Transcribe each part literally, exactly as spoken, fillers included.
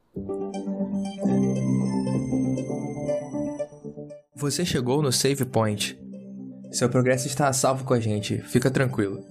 Você chegou no Save Point. Seu progresso está a salvo com a gente, fica tranquilo.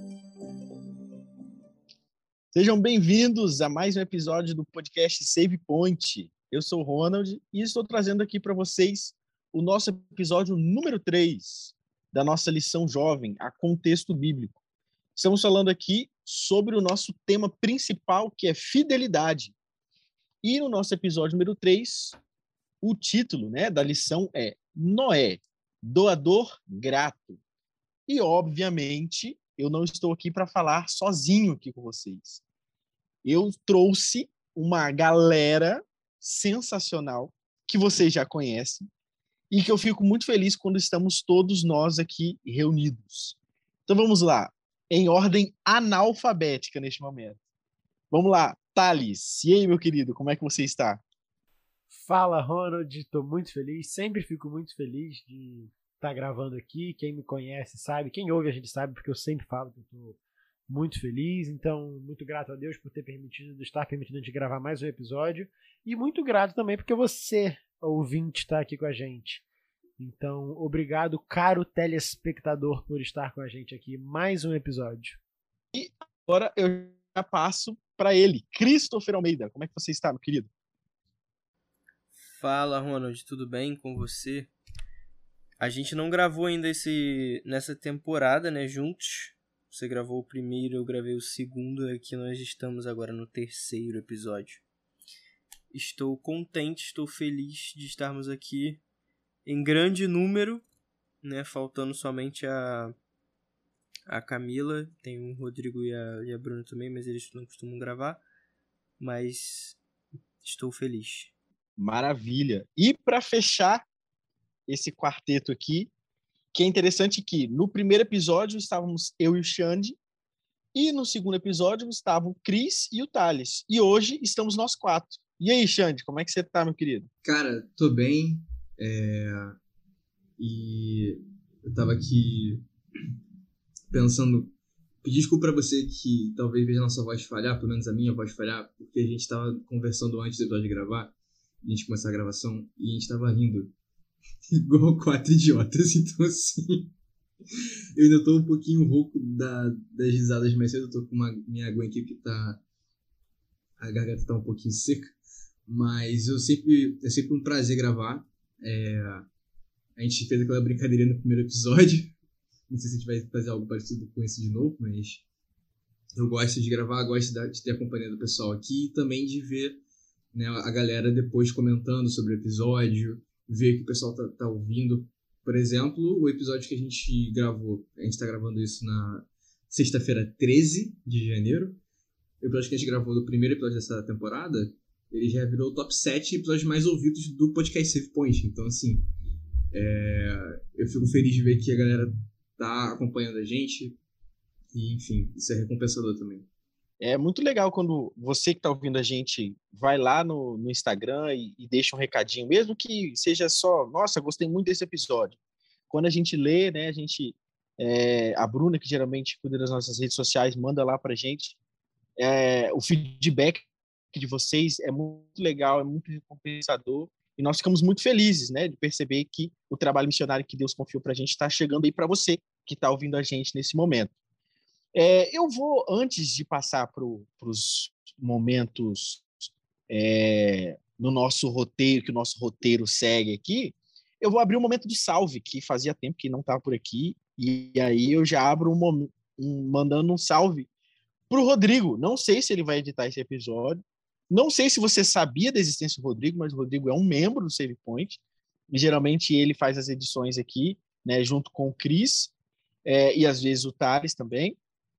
Sejam bem-vindos a mais um episódio do podcast Save Point. Eu sou o Ronald e estou trazendo aqui para vocês o nosso episódio número três da nossa lição jovem, a Contexto Bíblico. Estamos falando aqui sobre o nosso tema principal, que é fidelidade. E no nosso episódio número três, o título, né, da lição é Noé, doador grato. E, obviamente, eu não estou aqui para falar sozinho aqui com vocês. Eu trouxe uma galera sensacional que vocês já conhecem e que eu fico muito feliz quando estamos todos nós aqui reunidos. Então vamos lá, em ordem analfabética neste momento. Vamos lá, Thales. E aí, meu querido, como é que você está? Fala, Ronald, estou muito feliz, sempre fico muito feliz de estar gravando aqui. Quem me conhece sabe, quem ouve a gente sabe, porque eu sempre falo que eu estou muito feliz, então muito grato a Deus por ter permitido, estar permitindo a gente gravar mais um episódio, e muito grato também porque você, ouvinte, está aqui com a gente. Então, obrigado, caro telespectador, por estar com a gente aqui, mais um episódio. E agora eu já passo para ele, Christopher Almeida. Como é que você está, meu querido? Fala, Ronald, tudo bem com você? A gente não gravou ainda esse, nessa temporada, né, juntos. Você gravou o primeiro, eu gravei o segundo, aqui nós estamos agora no terceiro episódio. Estou contente, estou feliz de estarmos aqui em grande número, né, faltando somente a, a Camila, tem o Rodrigo e a, e a Bruna também, mas eles não costumam gravar, mas estou feliz. Maravilha. E para fechar esse quarteto aqui, que é interessante que no primeiro episódio estávamos eu e o Xande, e no segundo episódio estavam o Cris e o Thales. E hoje estamos nós quatro. E aí, Xande, como é que você tá, meu querido? Cara, tô bem. É... E eu tava aqui pensando, pedir desculpa pra você que talvez veja a nossa voz falhar, pelo menos a minha voz falhar, porque a gente tava conversando antes do episódio de gravar, a gente começar a gravação, e a gente tava rindo igual quatro idiotas, então assim, eu ainda tô um pouquinho rouco da, das risadas mais cedo, eu tô com uma minha água aqui que tá, a garganta tá um pouquinho seca, mas eu sempre, é sempre um prazer gravar. É, a gente fez aquela brincadeira no primeiro episódio, não sei se a gente vai fazer algo parecido com isso de novo, mas eu gosto de gravar, gosto de ter a companhia do pessoal aqui e também de ver, né, a galera depois comentando sobre o episódio, ver que o pessoal tá, tá ouvindo. Por exemplo, o episódio que a gente gravou, a gente tá gravando isso na sexta-feira, treze de janeiro. O episódio que a gente gravou do primeiro episódio dessa temporada, ele já virou o top sete episódios mais ouvidos do podcast Save Point. Então, assim, é, eu fico feliz de ver que a galera tá acompanhando a gente. E, enfim, isso é recompensador também. É muito legal quando você que está ouvindo a gente vai lá no, no Instagram e, e deixa um recadinho, mesmo que seja só, nossa, gostei muito desse episódio. Quando a gente lê, né, a gente, é, a Bruna, que geralmente cuida das nossas redes sociais, manda lá para a gente. É, o feedback de vocês é muito legal, é muito recompensador, e nós ficamos muito felizes, né, de perceber que o trabalho missionário que Deus confiou para a gente está chegando aí para você que está ouvindo a gente nesse momento. É, eu vou, antes de passar para os momentos é, no nosso roteiro, que o nosso roteiro segue aqui, eu vou abrir um momento de salve, que fazia tempo que não estava por aqui, e aí eu já abro um, um mandando um salve para o Rodrigo. Não sei se ele vai editar esse episódio, não sei se você sabia da existência do Rodrigo, mas o Rodrigo é um membro do Save Point, e geralmente ele faz as edições aqui, né, junto com o Cris, é, e às vezes o Thales também.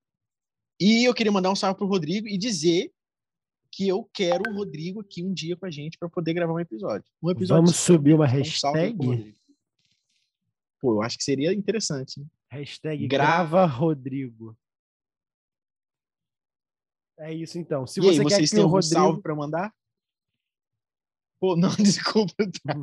E eu queria mandar um salve pro Rodrigo e dizer que eu quero o Rodrigo aqui um dia com a gente para poder gravar um episódio. Um episódio Vamos subir uma um hashtag? Pô, eu acho que seria interessante. Né? Hashtag Gra- grava Rodrigo. É isso então. Se e você aí, quer vocês que têm o algum Rodrigo... salve para mandar? Pô, não, desculpa.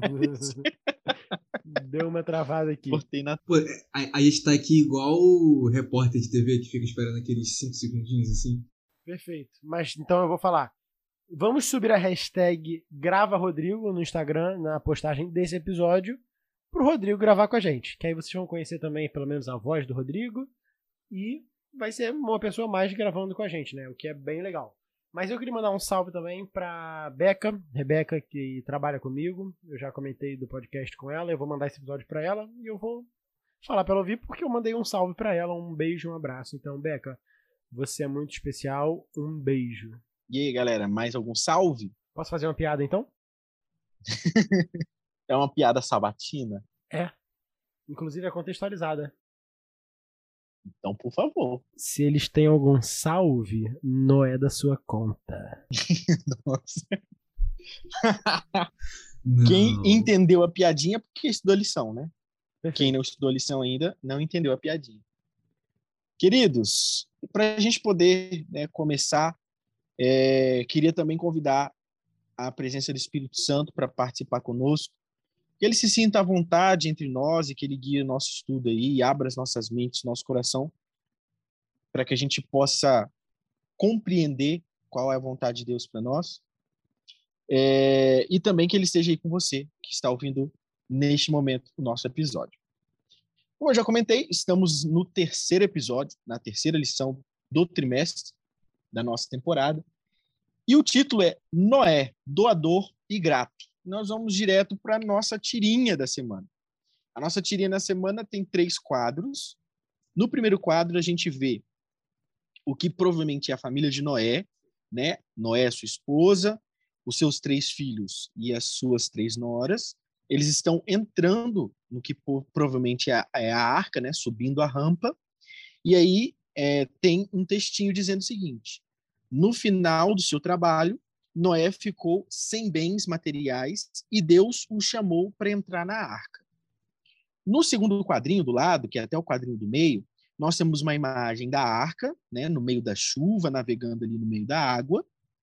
Deu uma travada aqui. Cortei na... Pô, a, a gente tá aqui igual o repórter de T V que fica esperando aqueles cinco segundinhos assim. Perfeito. Mas então eu vou falar. vamos subir a hashtag GravaRodrigo no Instagram, na postagem desse episódio, pro Rodrigo gravar com a gente. Que aí vocês vão conhecer também, pelo menos, a voz do Rodrigo. E vai ser uma pessoa mais gravando com a gente, né? O que é bem legal. Mas eu queria mandar um salve também pra Beca, Rebeca, que trabalha comigo. Eu já comentei do podcast com ela, eu vou mandar esse episódio pra ela e eu vou falar pra ela ouvir porque eu mandei um salve pra ela, um beijo, um abraço. Então, Beca, você é muito especial, um beijo. E aí, galera, mais algum salve? Posso fazer uma piada, então? É uma piada sabatina? É. Inclusive é contextualizada. Então, por favor. Se eles têm algum salve, não é da sua conta. Nossa. Não. Quem entendeu a piadinha, porque estudou a lição, né? Quem não estudou a lição ainda, não entendeu a piadinha. Queridos, para a gente poder, né, começar, é, queria também convidar a presença do Espírito Santo para participar conosco. Que ele se sinta à vontade entre nós e que ele guie o nosso estudo aí e abra as nossas mentes, nosso coração, para que a gente possa compreender qual é a vontade de Deus para nós. É, e também que ele esteja aí com você, que está ouvindo neste momento o nosso episódio. Como eu já comentei, estamos no terceiro episódio, na terceira lição do trimestre da nossa temporada. E o título é Noé, doador e grato. Nós vamos direto para a nossa tirinha da semana. A nossa tirinha da semana tem três quadros. No primeiro quadro, a gente vê o que provavelmente é a família de Noé, né? Noé, sua esposa, os seus três filhos e as suas três noras. Eles estão entrando no que provavelmente é a, é a arca, né? Subindo a rampa. E aí é, tem um textinho dizendo o seguinte: no final do seu trabalho, Noé ficou sem bens materiais e Deus o chamou para entrar na arca. No segundo quadrinho do lado, que é até o quadrinho do meio, nós temos uma imagem da arca, né, no meio da chuva, navegando ali no meio da água.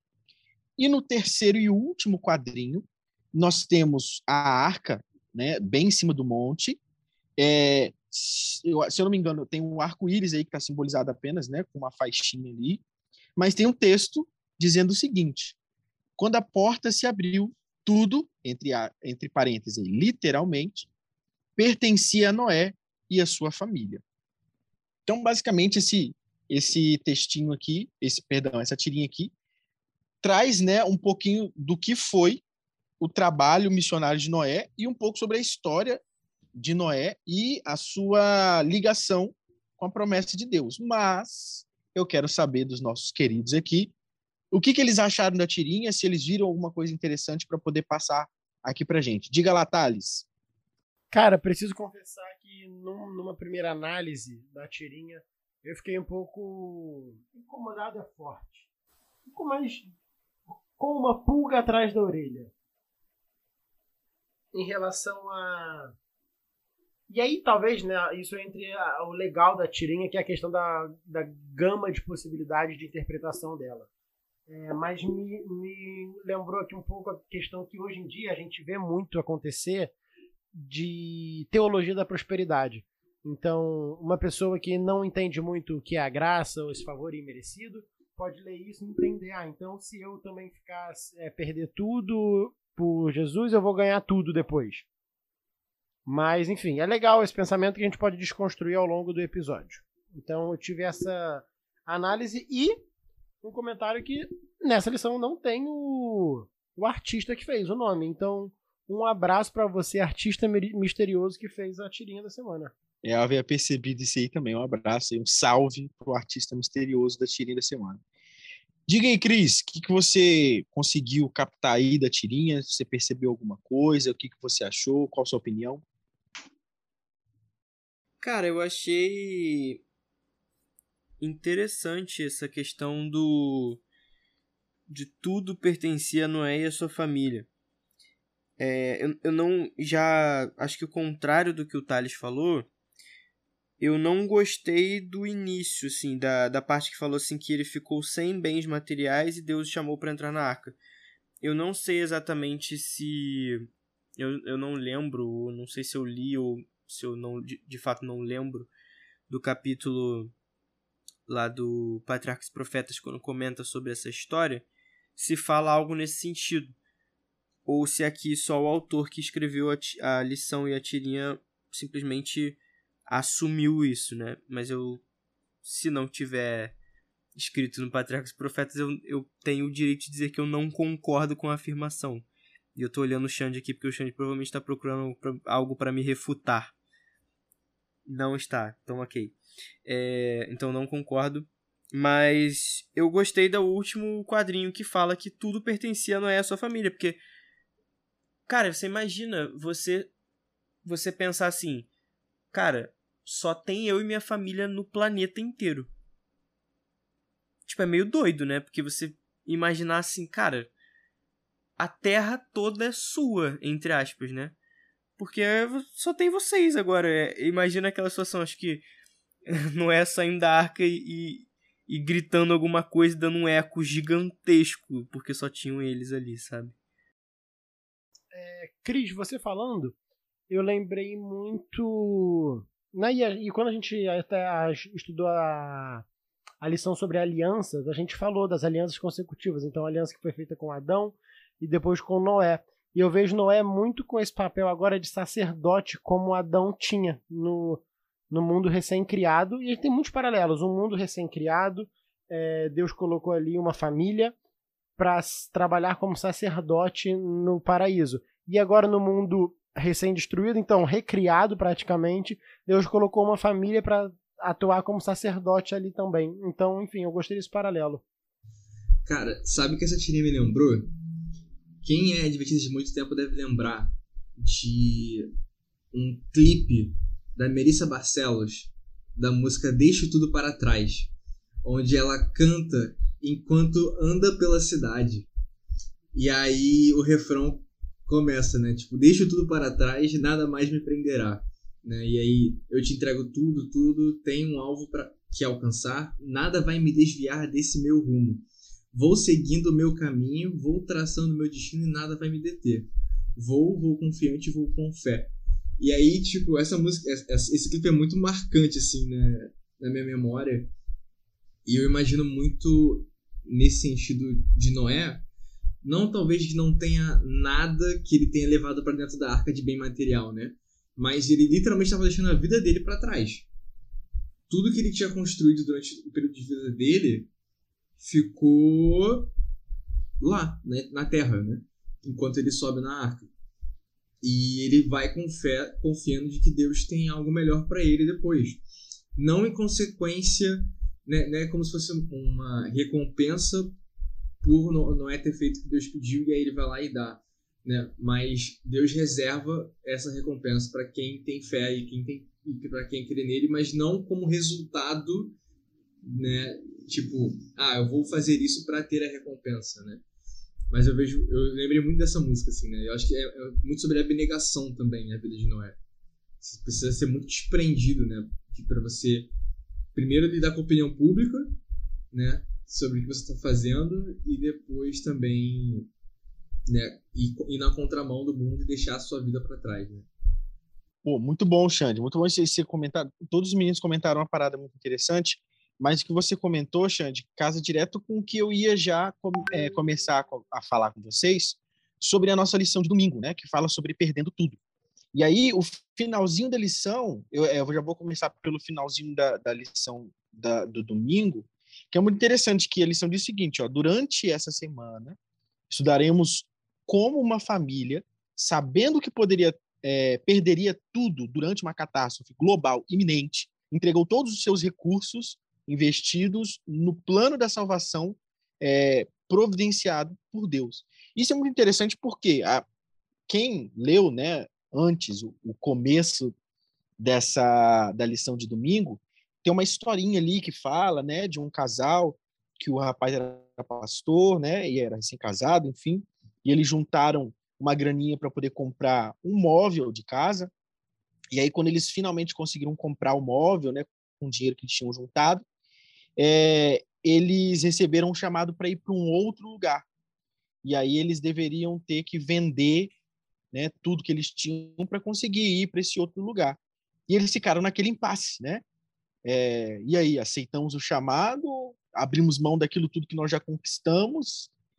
E no terceiro e último quadrinho, nós temos a arca, né, bem em cima do monte. É, se eu não me engano, tem um arco-íris aí que está simbolizado apenas, né, com uma faixinha ali. Mas tem um texto dizendo o seguinte: quando a porta se abriu, tudo, entre, a, entre parênteses, literalmente, pertencia a Noé e a sua família. Então, basicamente, esse, esse textinho aqui, esse, perdão, essa tirinha aqui, traz, né, um pouquinho do que foi o trabalho missionário de Noé e um pouco sobre a história de Noé e a sua ligação com a promessa de Deus. Mas eu quero saber dos nossos queridos aqui o que, que eles acharam da tirinha, se eles viram alguma coisa interessante para poder passar aqui pra gente. Diga lá, Thales. Cara, preciso confessar que num, numa primeira análise da tirinha, eu fiquei um pouco incomodado, é forte. Com, mais, com uma pulga atrás da orelha. Em relação a... E aí, talvez, né, isso entre a, o legal da tirinha, que é a questão da, da gama de possibilidades de interpretação dela. É, mas me, me lembrou aqui um pouco a questão que hoje em dia a gente vê muito acontecer de teologia da prosperidade. Então, uma pessoa que não entende muito o que é a graça ou esse favor imerecido, pode ler isso e entender, ah, então se eu também ficar, é, perder tudo por Jesus, eu vou ganhar tudo depois. Mas, enfim, é legal esse pensamento que a gente pode desconstruir ao longo do episódio. Então, eu tive essa análise e um comentário que nessa lição não tem o, o artista que fez o nome. Então, um abraço para você, artista misterioso que fez a tirinha da semana. É, eu havia percebido isso aí também. Um abraço e um salve pro artista misterioso da tirinha da semana. Diga aí, Cris, o que, que você conseguiu captar aí da tirinha? Você percebeu alguma coisa? O que, que você achou? Qual a sua opinião? Cara, eu achei interessante essa questão do de tudo pertencia a Noé e a sua família. É, eu, eu não já acho que o contrário do que o Thales falou, eu não gostei do início, assim, da, da parte que falou assim que ele ficou sem bens materiais e Deus o chamou para entrar na arca. Eu não sei exatamente se eu, eu não lembro, não sei se eu li ou se eu não de, de fato não lembro do capítulo lá do Patriarcas e Profetas, quando comenta sobre essa história, se fala algo nesse sentido. Ou se aqui só o autor que escreveu a, a lição e a tirinha simplesmente assumiu isso, né? Mas eu, se não tiver escrito no Patriarcas e Profetas, eu, eu tenho o direito de dizer que eu não concordo com a afirmação. E eu tô olhando o Xande aqui porque o Xande provavelmente está procurando pra, algo para me refutar. Não está, então ok. É, então não concordo. Mas eu gostei do último quadrinho que fala que tudo pertencia a Noé e a sua família. Porque, cara, você imagina você, você pensar assim, cara, só tem eu e minha família no planeta inteiro. Tipo, é meio doido, né? Porque você imaginar assim, cara, a Terra toda é sua, entre aspas, né? Porque só tem vocês agora. É, imagina aquela situação, acho que Noé saindo da arca e, e, e gritando alguma coisa, dando um eco gigantesco, porque só tinham eles ali, sabe? É, Cris, você falando, eu lembrei muito... Né, e, e quando a gente até estudou a, a lição sobre alianças, a gente falou das alianças consecutivas. Então, a aliança que foi feita com Adão e depois com Noé. E eu vejo Noé muito com esse papel agora de sacerdote, como Adão tinha no, no mundo recém-criado. E tem muitos paralelos. Um mundo recém-criado, é, Deus colocou ali uma família para trabalhar como sacerdote no paraíso. E agora no mundo recém-destruído, então recriado praticamente, Deus colocou uma família para atuar como sacerdote ali também. Então, enfim, eu gostei desse paralelo. Cara, sabe o que essa tirinha me lembrou? Quem é adventista de muito tempo deve lembrar de um clipe da Melissa Barcelos, da música Deixo Tudo Para Trás, onde ela canta enquanto anda pela cidade. E aí o refrão começa, né? Tipo, deixo tudo para trás, nada mais me prenderá. Né? E aí eu te entrego tudo, tudo, tenho um alvo para que alcançar, nada vai me desviar desse meu rumo. Vou seguindo o meu caminho, vou traçando o meu destino e nada vai me deter. Vou, vou confiante, vou com fé. E aí, tipo, essa música, esse clipe é muito marcante, assim, né, na minha memória. E eu imagino muito nesse sentido de Noé, não talvez que não tenha nada que ele tenha levado para dentro da arca de bem material, né? Mas ele literalmente estava deixando a vida dele para trás. Tudo que ele tinha construído durante o período de vida dele ficou lá, né, na terra, né? Enquanto ele sobe na arca. E ele vai com fé, confiando de que Deus tem algo melhor para ele depois. Não em consequência, né, né, como se fosse uma recompensa por Noé ter feito o que Deus pediu, e aí ele vai lá e dá. Né? Mas Deus reserva essa recompensa para quem tem fé e, quem tem, e para quem crê nele, mas não como resultado, né? Tipo, ah, eu vou fazer isso para ter a recompensa, né? Mas eu vejo, eu lembrei muito dessa música, assim, né? Eu acho que é, é muito sobre a abnegação também, a vida de Noé. Você precisa ser muito desprendido, né? Para você, primeiro, lidar com a opinião pública, né? Sobre o que você está fazendo, e depois também, né, ir, ir na contramão do mundo e deixar a sua vida para trás, né? Pô, muito bom, Xande, muito bom você comentar. Todos os meninos comentaram uma parada muito interessante, mas o que você comentou, Xande, casa direto com o que eu ia já é, começar a falar com vocês sobre a nossa lição de domingo, né, que fala sobre perdendo tudo. E aí, o finalzinho da lição, eu, eu já vou começar pelo finalzinho da, da lição da, do domingo, que é muito interessante, que a lição diz o seguinte, ó, durante essa semana, estudaremos como uma família, sabendo que poderia, é, perderia tudo durante uma catástrofe global iminente, entregou todos os seus recursos investidos no plano da salvação é, providenciado por Deus. Isso é muito interessante porque a, quem leu, né, antes, o, o começo dessa, da lição de domingo, tem uma historinha ali que fala, né, de um casal que o rapaz era pastor, né, e era recém-casado, enfim, e eles juntaram uma graninha para poder comprar um móvel de casa, e aí quando eles finalmente conseguiram comprar o móvel, né, com o dinheiro que eles tinham juntado, é, eles receberam um chamado para ir para um outro lugar, e aí eles deveriam ter que vender, né, tudo que eles tinham para conseguir ir para esse outro lugar. E eles ficaram naquele impasse, né? É, e aí, aceitamos o chamado, abrimos mão daquilo tudo que nós já conquistamos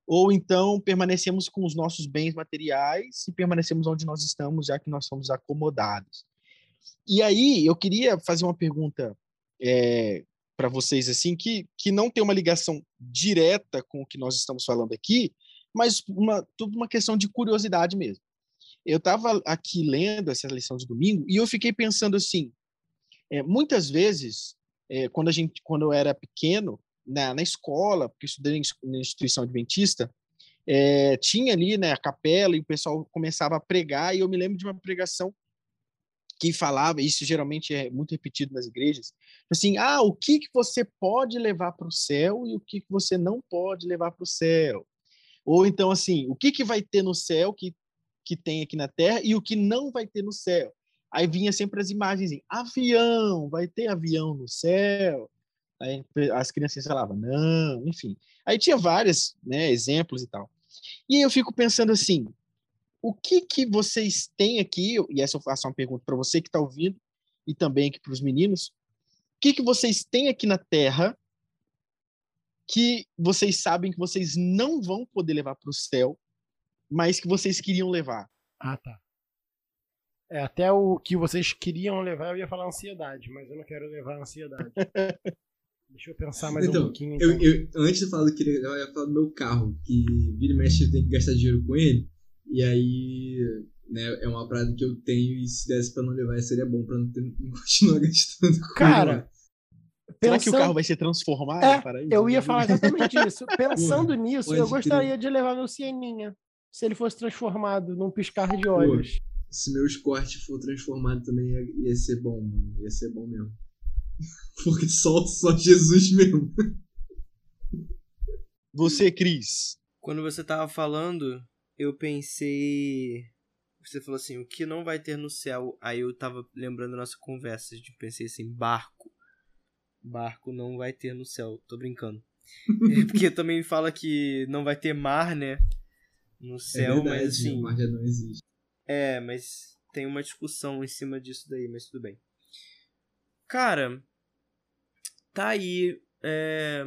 ou então permanecemos com os nossos bens materiais e permanecemos onde nós estamos, já que nós somos acomodados. E aí, eu queria fazer uma pergunta é, para vocês, assim, que, que não tem uma ligação direta com o que nós estamos falando aqui, mas uma, tudo uma questão de curiosidade mesmo. Eu estava aqui lendo essa lição de domingo e eu fiquei pensando assim, é, muitas vezes, é, quando, a gente, quando eu era pequeno, na, na escola, porque eu estudei na instituição adventista, é, tinha ali, né, a capela e o pessoal começava a pregar, e eu me lembro de uma pregação que falava, isso geralmente é muito repetido nas igrejas, assim, ah, o que, que você pode levar para o céu e o que, que você não pode levar para o céu. Ou então, assim, o que, que vai ter no céu que, que tem aqui na terra e o que não vai ter no céu. Aí vinha sempre as imagens, assim, avião, vai ter avião no céu. Aí as crianças falavam, não, enfim. Aí tinha vários, né, exemplos e tal. E aí eu fico pensando assim, o que que vocês têm aqui, e essa eu faço uma pergunta para você que está ouvindo, e também aqui para os meninos, o que que vocês têm aqui na Terra que vocês sabem que vocês não vão poder levar para o céu, mas que vocês queriam levar? Ah, tá. É, até o que vocês queriam levar, eu ia falar ansiedade, mas eu não quero levar ansiedade. Deixa eu pensar mais então, um pouquinho. Então. Eu, eu, antes de falar do que eu ia falar do meu carro, que vira e mexe eu tenho que gastar dinheiro com ele, e aí, né, é uma parada que eu tenho, e se desse pra não levar, seria bom pra não, ter, não continuar gastando com Cara, ele. Será pensando... que o carro vai ser transformado é, para isso? Eu ia falar exatamente isso. Pensando Pô, nisso, pode eu gostaria crer. de levar meu Sieninha, se ele fosse transformado num piscar de olhos. Pô, se meu Escort for transformado também, ia, ia ser bom, mano. Ia ser bom mesmo. Porque só, só Jesus mesmo. Você, Cris? Quando você tava falando, eu pensei... Você falou assim, o que não vai ter no céu? Aí eu tava lembrando da nossa conversa. Eu pensei assim, barco. Barco não vai ter no céu. Tô brincando. É porque também fala que não vai ter mar, né? No céu, é verdade, mas assim... o mar já não existe. É, mas tem uma discussão em cima disso daí, mas tudo bem. Cara, tá aí é...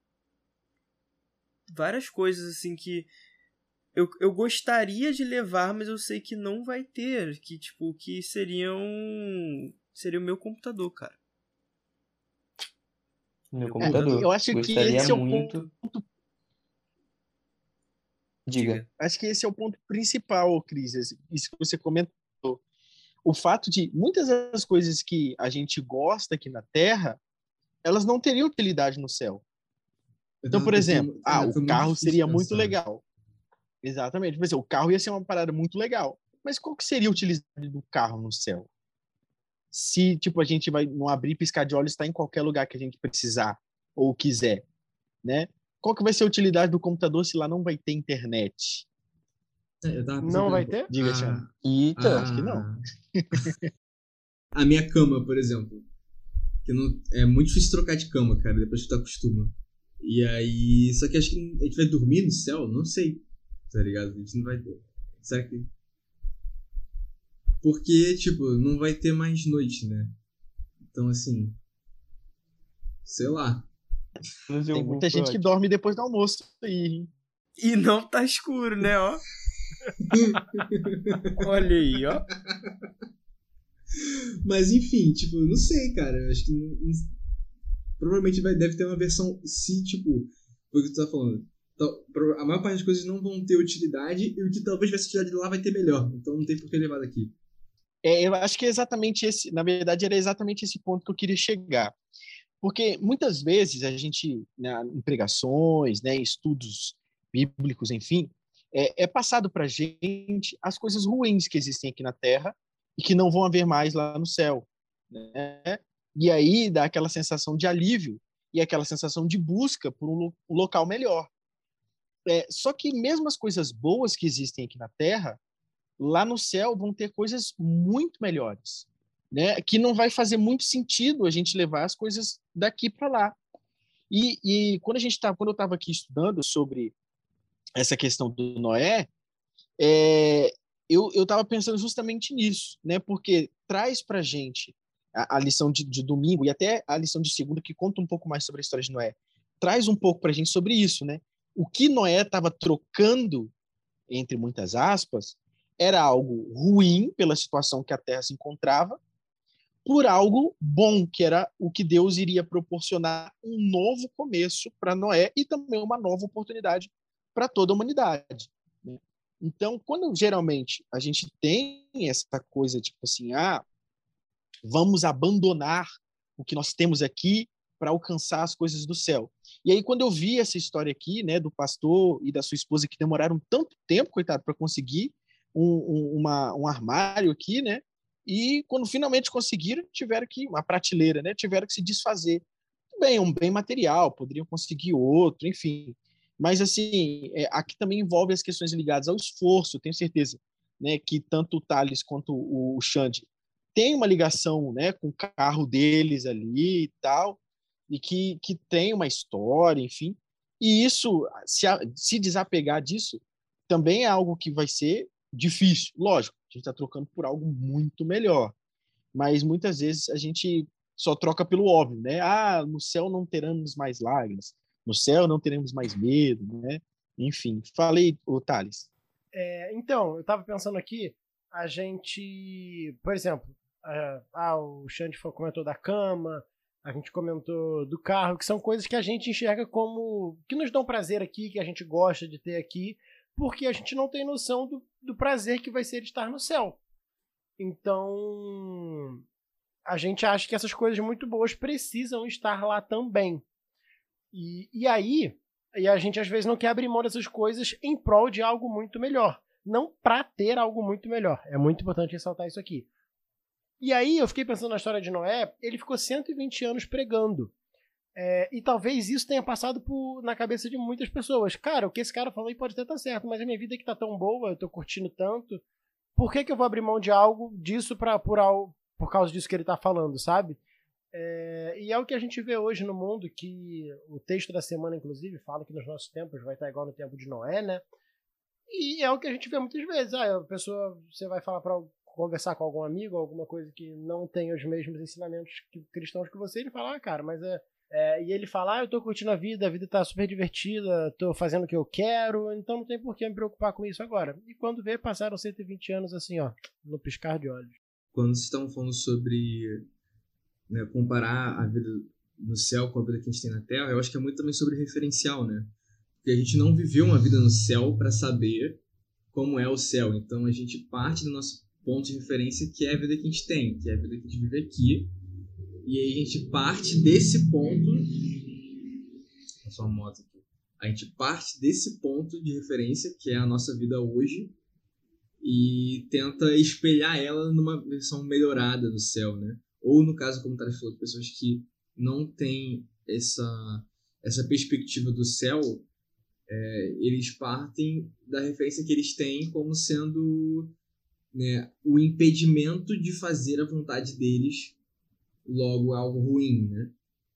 várias coisas assim que eu, eu gostaria de levar, mas eu sei que não vai ter, que tipo, que seriam seria o meu computador, cara. Meu computador. Eu acho que Gostaria esse é o muito. ponto. Diga. Acho que esse é o ponto principal, Cris, isso que você comentou. O fato de muitas das coisas que a gente gosta aqui na Terra, elas não teriam utilidade no céu. Então, por exemplo, ah, o carro seria muito legal. Exatamente. Por exemplo, o carro ia ser uma parada muito legal. Mas qual que seria a utilidade do carro no céu? Se, tipo, a gente vai não abrir piscar de olhos, está em qualquer lugar que a gente precisar ou quiser, né? Qual que vai ser a utilidade do computador se lá não vai ter internet? É, não vai ter? Diga, a, Xana. Eita. a, Acho que não. A minha cama, por exemplo. Que não, é muito difícil trocar de cama, cara, depois que tu acostuma. E aí... Só que acho que a gente vai dormir no céu? Não sei. Tá ligado? A gente não vai ter. Será que... Porque, tipo, não vai ter mais noite, né? Então, assim... Sei lá. Tem muita gente que dorme depois do almoço aí, hein? E não tá escuro, né, ó. Olha aí, ó. Mas, enfim, tipo, não sei, cara. Eu acho que... Não, não, provavelmente vai, deve ter uma versão... Se, tipo... Foi o que tu tá falando. A maior parte das coisas não vão ter utilidade e o que talvez tivesse utilidade lá vai ter melhor. Então não tem por que levar daqui. É, eu acho que é exatamente esse... Na verdade, era exatamente esse ponto que eu queria chegar. Porque muitas vezes a gente, né, em pregações, né, em estudos bíblicos, enfim, é, é passado para a gente as coisas ruins que existem aqui na Terra e que não vão haver mais lá no céu, né? E aí dá aquela sensação de alívio e aquela sensação de busca por um, um local melhor. É, só que mesmo as coisas boas que existem aqui na Terra, lá no céu vão ter coisas muito melhores, né? Que não vai fazer muito sentido a gente levar as coisas daqui para lá. E, e quando a gente tá, quando eu estava aqui estudando sobre essa questão do Noé, é, eu eu estava pensando justamente nisso, né? Porque traz para gente a, a lição de, de domingo e até a lição de segunda que conta um pouco mais sobre a história de Noé, traz um pouco para a gente sobre isso, né? o que Noé estava trocando, entre muitas aspas, era algo ruim pela situação que a Terra se encontrava, por algo bom, que era o que Deus iria proporcionar um novo começo para Noé e também uma nova oportunidade para toda a humanidade. Né? Então, quando geralmente a gente tem essa coisa tipo assim, ah, vamos abandonar o que nós temos aqui para alcançar as coisas do céu. E aí, quando eu vi essa história aqui, né, do pastor e da sua esposa que demoraram tanto tempo, coitado, para conseguir um, um, uma, um armário aqui, né? E quando finalmente conseguiram, tiveram que, uma prateleira, né? Tiveram que se desfazer. Bem, um bem material, poderiam conseguir outro, enfim. Mas, assim, é, aqui também envolve as questões ligadas ao esforço, tenho certeza, né, que tanto o Thales quanto o, o Xande tem uma ligação, né, com o carro deles ali e tal, e que, que tem uma história, enfim. E isso, se, a, se desapegar disso, também é algo que vai ser difícil. Lógico, a gente está trocando por algo muito melhor. Mas muitas vezes a gente só troca pelo óbvio, né? Ah, no céu não teremos mais lágrimas, no céu não teremos mais medo, né? Enfim, falei, o Thales. É, então, eu estava pensando aqui, a gente, por exemplo, uh, ah, o Xande comentou da cama, a gente comentou do carro, que são coisas que a gente enxerga como, que nos dão prazer aqui, que a gente gosta de ter aqui, porque a gente não tem noção do, do prazer que vai ser estar no céu. Então, a gente acha que essas coisas muito boas precisam estar lá também. E, e aí, e a gente às vezes não quer abrir mão dessas coisas em prol de algo muito melhor. Não para ter algo muito melhor. É muito importante ressaltar isso aqui. E aí, eu fiquei pensando na história de Noé, ele ficou cento e vinte anos pregando. É, e talvez isso tenha passado por, na cabeça de muitas pessoas. Cara, o que esse cara falou aí pode até estar certo, mas a minha vida aqui tá tão boa, eu tô curtindo tanto. Por que que eu vou abrir mão de algo disso pra, por, algo, por causa disso que ele tá falando, sabe? É, e é o que a gente vê hoje no mundo, que o texto da semana, inclusive, fala que nos nossos tempos vai estar igual no tempo de Noé, né? E é o que a gente vê muitas vezes. Ah, a pessoa, você vai falar para conversar com algum amigo, alguma coisa que não tem os mesmos ensinamentos que, cristãos que você, ele fala, ah, cara, mas é... É, e ele fala, ah, eu tô curtindo a vida, a vida tá super divertida, tô fazendo o que eu quero, então não tem por que me preocupar com isso agora. E quando vê, passaram cento e vinte anos assim, ó, no piscar de olhos. Quando vocês estavam falando sobre, né, comparar a vida no céu com a vida que a gente tem na Terra, eu acho que é muito também sobre referencial, né? Porque a gente não viveu uma vida no céu para saber como é o céu, então a gente parte do nosso ponto de referência, que é a vida que a gente tem, que é a vida que a gente vive aqui. E aí a gente parte desse ponto... Vou só uma moto aqui. A gente parte desse ponto de referência, que é a nossa vida hoje, e tenta espelhar ela numa versão melhorada do céu, né? Ou, no caso, como o Thales falou, de pessoas que não têm essa, essa perspectiva do céu, é, eles partem da referência que eles têm como sendo, né, o impedimento de fazer a vontade deles, logo algo ruim, né?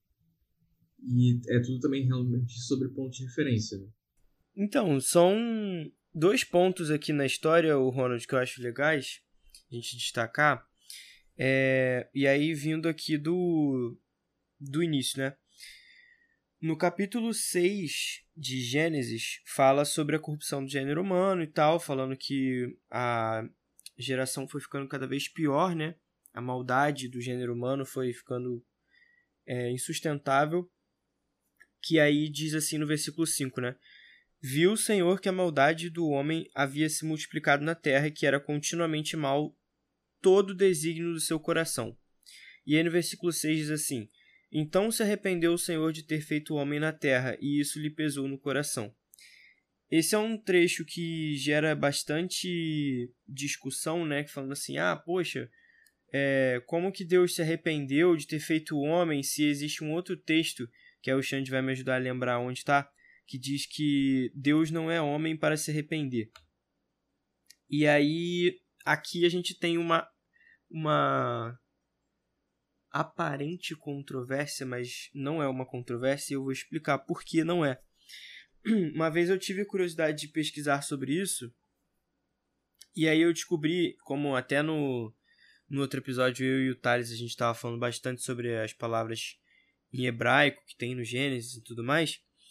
E é tudo também realmente sobre ponto de referência, né? Então, são dois pontos aqui na história, o Ronald, que eu acho legais a gente destacar. É, e aí, vindo aqui do, do início, né? No capítulo seis de Gênesis, fala sobre a corrupção do gênero humano e tal, falando que a geração foi ficando cada vez pior, né? A maldade do gênero humano foi ficando é, insustentável, que aí diz assim no versículo cinco, né? Viu o Senhor que a maldade do homem havia se multiplicado na terra e que era continuamente mal todo o desígnio do seu coração. E aí no versículo seis diz assim, então se arrependeu o Senhor de ter feito o homem na terra, e isso lhe pesou no coração. Esse é um trecho que gera bastante discussão, né? Falando assim, ah, poxa, É, como que Deus se arrependeu de ter feito o homem, se existe um outro texto, que é o Xande vai me ajudar a lembrar onde está, que diz que Deus não é homem para se arrepender. E aí, aqui a gente tem uma, uma aparente controvérsia, mas não é uma controvérsia, e eu vou explicar por que não é. Uma vez eu tive curiosidade de pesquisar sobre isso, e aí eu descobri, como até no... No outro episódio, eu e o Thales, a gente estava falando bastante sobre as palavras em hebraico que tem no Gênesis e tudo mais.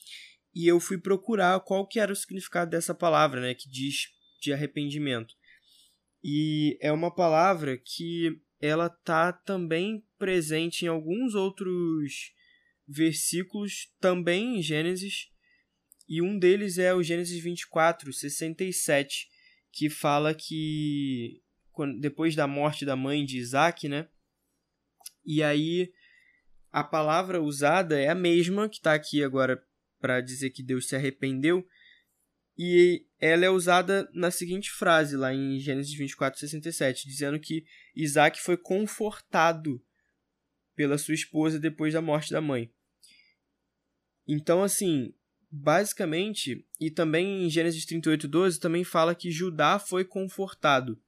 e eu fui procurar qual que era o significado dessa palavra, né, que diz de arrependimento. E é uma palavra que ela tá também presente em alguns outros versículos, também em Gênesis, e um deles é o Gênesis vinte e quatro, sessenta e sete, que fala que depois da morte da mãe de Isaac, né, e aí a palavra usada é a mesma que está aqui agora para dizer que Deus se arrependeu, e ela é usada na seguinte frase, lá em Gênesis vinte e quatro, sessenta e sete, dizendo que Isaac foi confortado pela sua esposa depois da morte da mãe. Então, assim, basicamente, e também em Gênesis trinta e oito, doze, também fala que Judá foi confortado.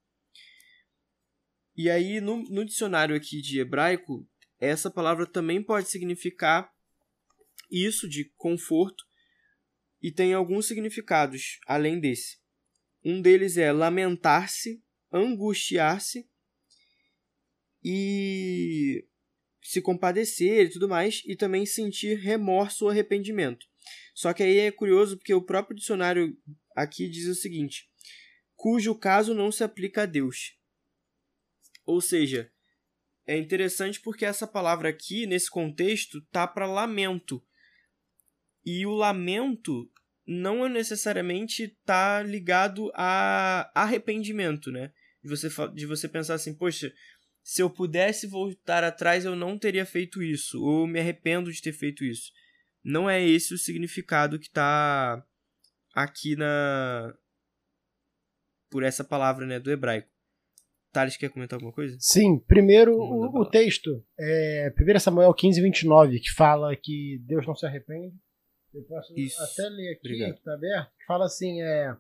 E aí, no, no dicionário aqui de hebraico, essa palavra também pode significar isso, de conforto, e tem alguns significados além desse. Um deles é lamentar-se, angustiar-se e se compadecer e tudo mais, e também sentir remorso ou arrependimento. Só que aí é curioso porque o próprio dicionário aqui diz o seguinte: cujo caso não se aplica a Deus. Ou seja, é interessante porque essa palavra aqui, nesse contexto, tá para lamento. E o lamento não é necessariamente tá ligado a arrependimento, né? De você, de você pensar assim, poxa, se eu pudesse voltar atrás, eu não teria feito isso, ou me arrependo de ter feito isso. Não é esse o significado que tá aqui na... por essa palavra, né, do hebraico. Thales, quer comentar alguma coisa? Sim, primeiro o, o texto, é, primeiro Samuel quinze, vinte e nove, que fala que Deus não se arrepende. Eu posso Isso. até ler aqui, Obrigado. que está aberto, que fala assim, é...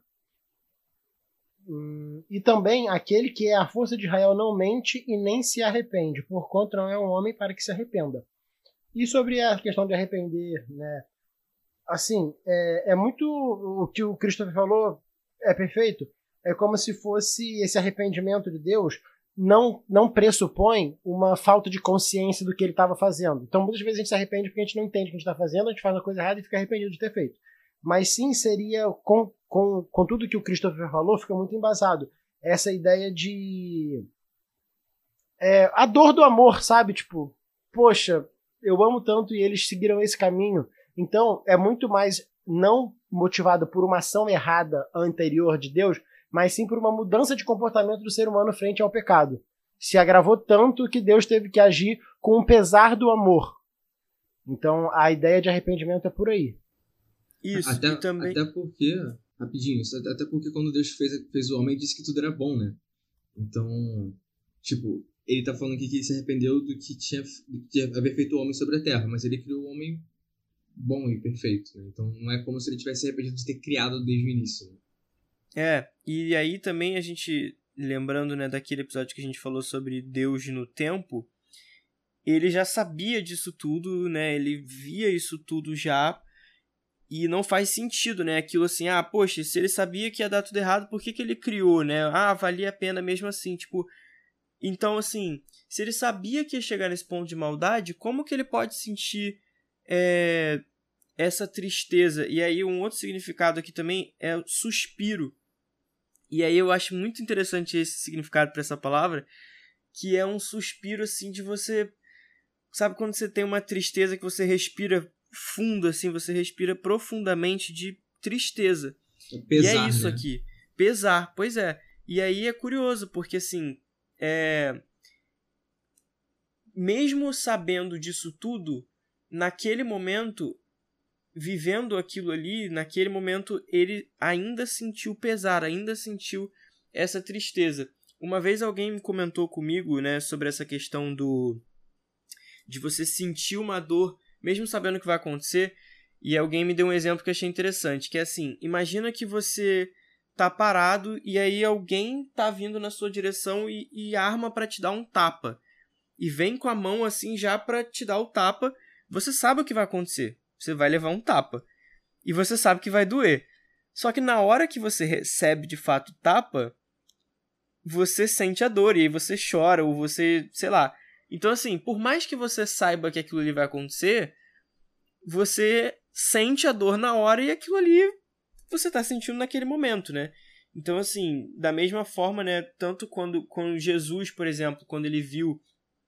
Hum, e também aquele que é a força de Israel não mente e nem se arrepende, porquanto não é um homem para que se arrependa. E sobre a questão de arrepender, né? Assim, é, é muito o que o Christopher falou, é perfeito. É como se fosse esse arrependimento de Deus não, não pressupõe uma falta de consciência do que ele estava fazendo. Então, muitas vezes a gente se arrepende porque a gente não entende o que a gente está fazendo, a gente faz uma coisa errada e fica arrependido de ter feito. Mas sim, seria, com, com, com tudo que o Christopher falou, fica muito embasado. Essa ideia de... É, a dor do amor, sabe? Tipo, poxa, eu amo tanto e eles seguiram esse caminho. Então, é muito mais não motivado por uma ação errada anterior de Deus, mas sim por uma mudança de comportamento do ser humano frente ao pecado. Se agravou tanto que Deus teve que agir com o pesar do amor. Então, a ideia de arrependimento é por aí. Isso, até, e também... Até porque, rapidinho, isso, até porque quando Deus fez, fez o homem, disse que tudo era bom, né? Então, tipo, ele tá falando aqui que ele se arrependeu do que tinha de haver feito o homem sobre a terra, mas ele criou o homem bom e perfeito, né? Então não é como se ele tivesse arrependido de ter criado desde o início, né? É, e aí também a gente, lembrando, né, daquele episódio que a gente falou sobre Deus no tempo, ele já sabia disso tudo, né, ele via isso tudo já, e não faz sentido, né, aquilo assim, ah, poxa, se ele sabia que ia dar tudo errado, por que que ele criou, né, ah, valia a pena mesmo assim, tipo, então assim, se ele sabia que ia chegar nesse ponto de maldade, como que ele pode sentir é, essa tristeza? E aí um outro significado aqui também é suspiro. E aí eu acho muito interessante esse significado para essa palavra, que é um suspiro, assim, de você... Sabe quando você tem uma tristeza que você respira fundo, assim, você respira profundamente de tristeza. Pesar, e é isso né? aqui. Pesar, pois é. E aí é curioso, porque, assim, é... mesmo sabendo disso tudo, naquele momento... vivendo aquilo ali, naquele momento ele ainda sentiu pesar, ainda sentiu essa tristeza. Uma vez alguém me comentou comigo, né, sobre essa questão do de você sentir uma dor, mesmo sabendo o que vai acontecer, e alguém me deu um exemplo que eu achei interessante, que é assim, imagina que você tá parado e aí alguém tá vindo na sua direção e, e arma para te dar um tapa. E vem com a mão assim já para te dar o tapa, você sabe o que vai acontecer. Você vai levar um tapa. E você sabe que vai doer. Só que na hora que você recebe de fato o tapa, você sente a dor. E aí você chora, ou você, sei lá. Então assim, por mais que você saiba que aquilo ali vai acontecer, você sente a dor na hora e aquilo ali você tá sentindo naquele momento, né? Então, assim, da mesma forma, né, tanto quando, quando Jesus, por exemplo, quando ele viu,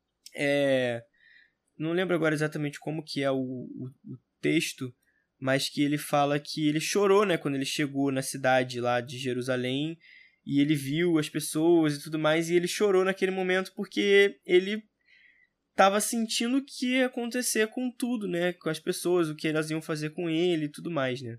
é, não lembro agora exatamente como que é o, o, o texto, mas que ele fala que ele chorou, né, quando ele chegou na cidade lá de Jerusalém, e ele viu as pessoas e tudo mais, e ele chorou naquele momento porque ele estava sentindo o que ia acontecer com tudo, né, com as pessoas, o que elas iam fazer com ele e tudo mais, né.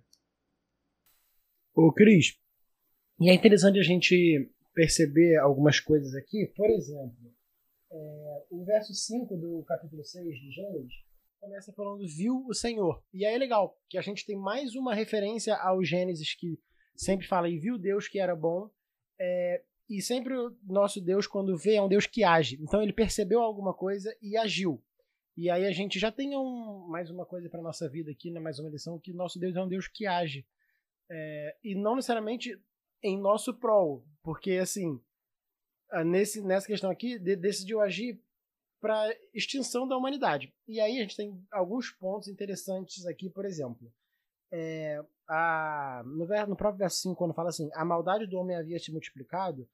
Ô, Cris, e é interessante a gente perceber algumas coisas aqui. Por exemplo, é, o verso cinco do capítulo seis de Gênesis começa falando viu o Senhor. E aí é legal, que a gente tem mais uma referência ao Gênesis que sempre fala e viu Deus que era bom. É, e sempre o nosso Deus, quando vê, é um Deus que age. Então ele percebeu alguma coisa e agiu. E aí a gente já tem um, mais uma coisa para nossa vida aqui, né, mais uma lição, que nosso Deus é um Deus que age. É, e não necessariamente em nosso prol, porque assim, nesse, nessa questão aqui, de, decidiu agir para extinção da humanidade. E aí a gente tem alguns pontos interessantes aqui, por exemplo, é, a, no, no próprio verso cinco, quando fala assim, a maldade do homem havia se multiplicado,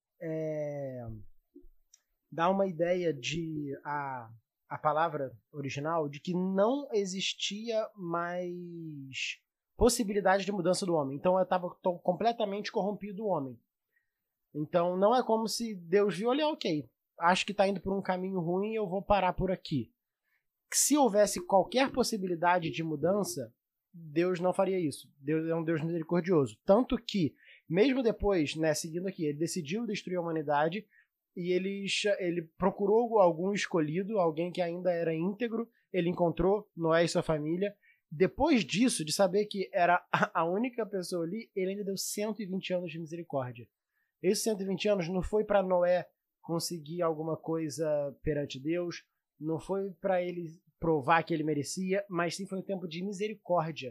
é, dá uma ideia de a, a palavra original, de que não existia mais possibilidade de mudança do homem. Então eu estava completamente corrompido o homem. Então não é como se Deus viu, olha, ok, acho que está indo por um caminho ruim, eu vou parar por aqui. Se houvesse qualquer possibilidade de mudança, Deus não faria isso. Deus é um Deus misericordioso. Tanto que, mesmo depois, né, seguindo aqui, ele decidiu destruir a humanidade e ele, ele procurou algum escolhido, alguém que ainda era íntegro, ele encontrou Noé e sua família. Depois disso, de saber que era a única pessoa ali, ele ainda deu cento e vinte anos de misericórdia. Esses cento e vinte anos não foi para Noé conseguir alguma coisa perante Deus, não foi para ele provar que ele merecia, mas sim foi um tempo de misericórdia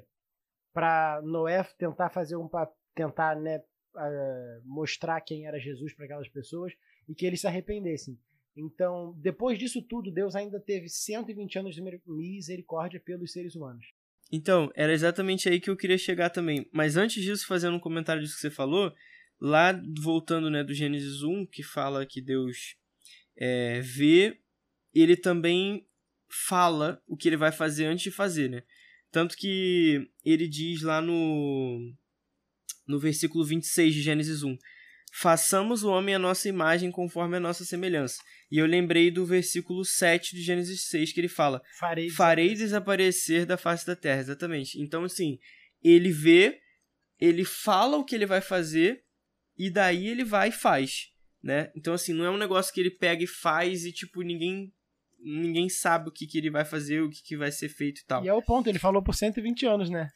para Noé tentar fazer um tentar, né, uh, mostrar quem era Jesus para aquelas pessoas e que eles se arrependessem. Então, depois disso tudo, Deus ainda teve cento e vinte anos de misericórdia pelos seres humanos. Então, era exatamente aí que eu queria chegar também. Mas antes disso, fazendo um comentário disso que você falou, lá voltando, né, do Gênesis um, que fala que Deus é, vê, ele também fala o que ele vai fazer antes de fazer, né? Tanto que ele diz lá no, no versículo vinte e seis de Gênesis um, façamos o homem à nossa imagem conforme a nossa semelhança. E eu lembrei do versículo sete de Gênesis seis, que ele fala, farei, farei desaparecer da face da terra. Exatamente. Então, assim, ele vê, ele fala o que ele vai fazer, e daí ele vai e faz, né? Então, assim, não é um negócio que ele pega e faz e, tipo, ninguém, ninguém sabe o que, que ele vai fazer, o que, que vai ser feito e tal. E é o ponto, ele falou por cento e vinte anos, né?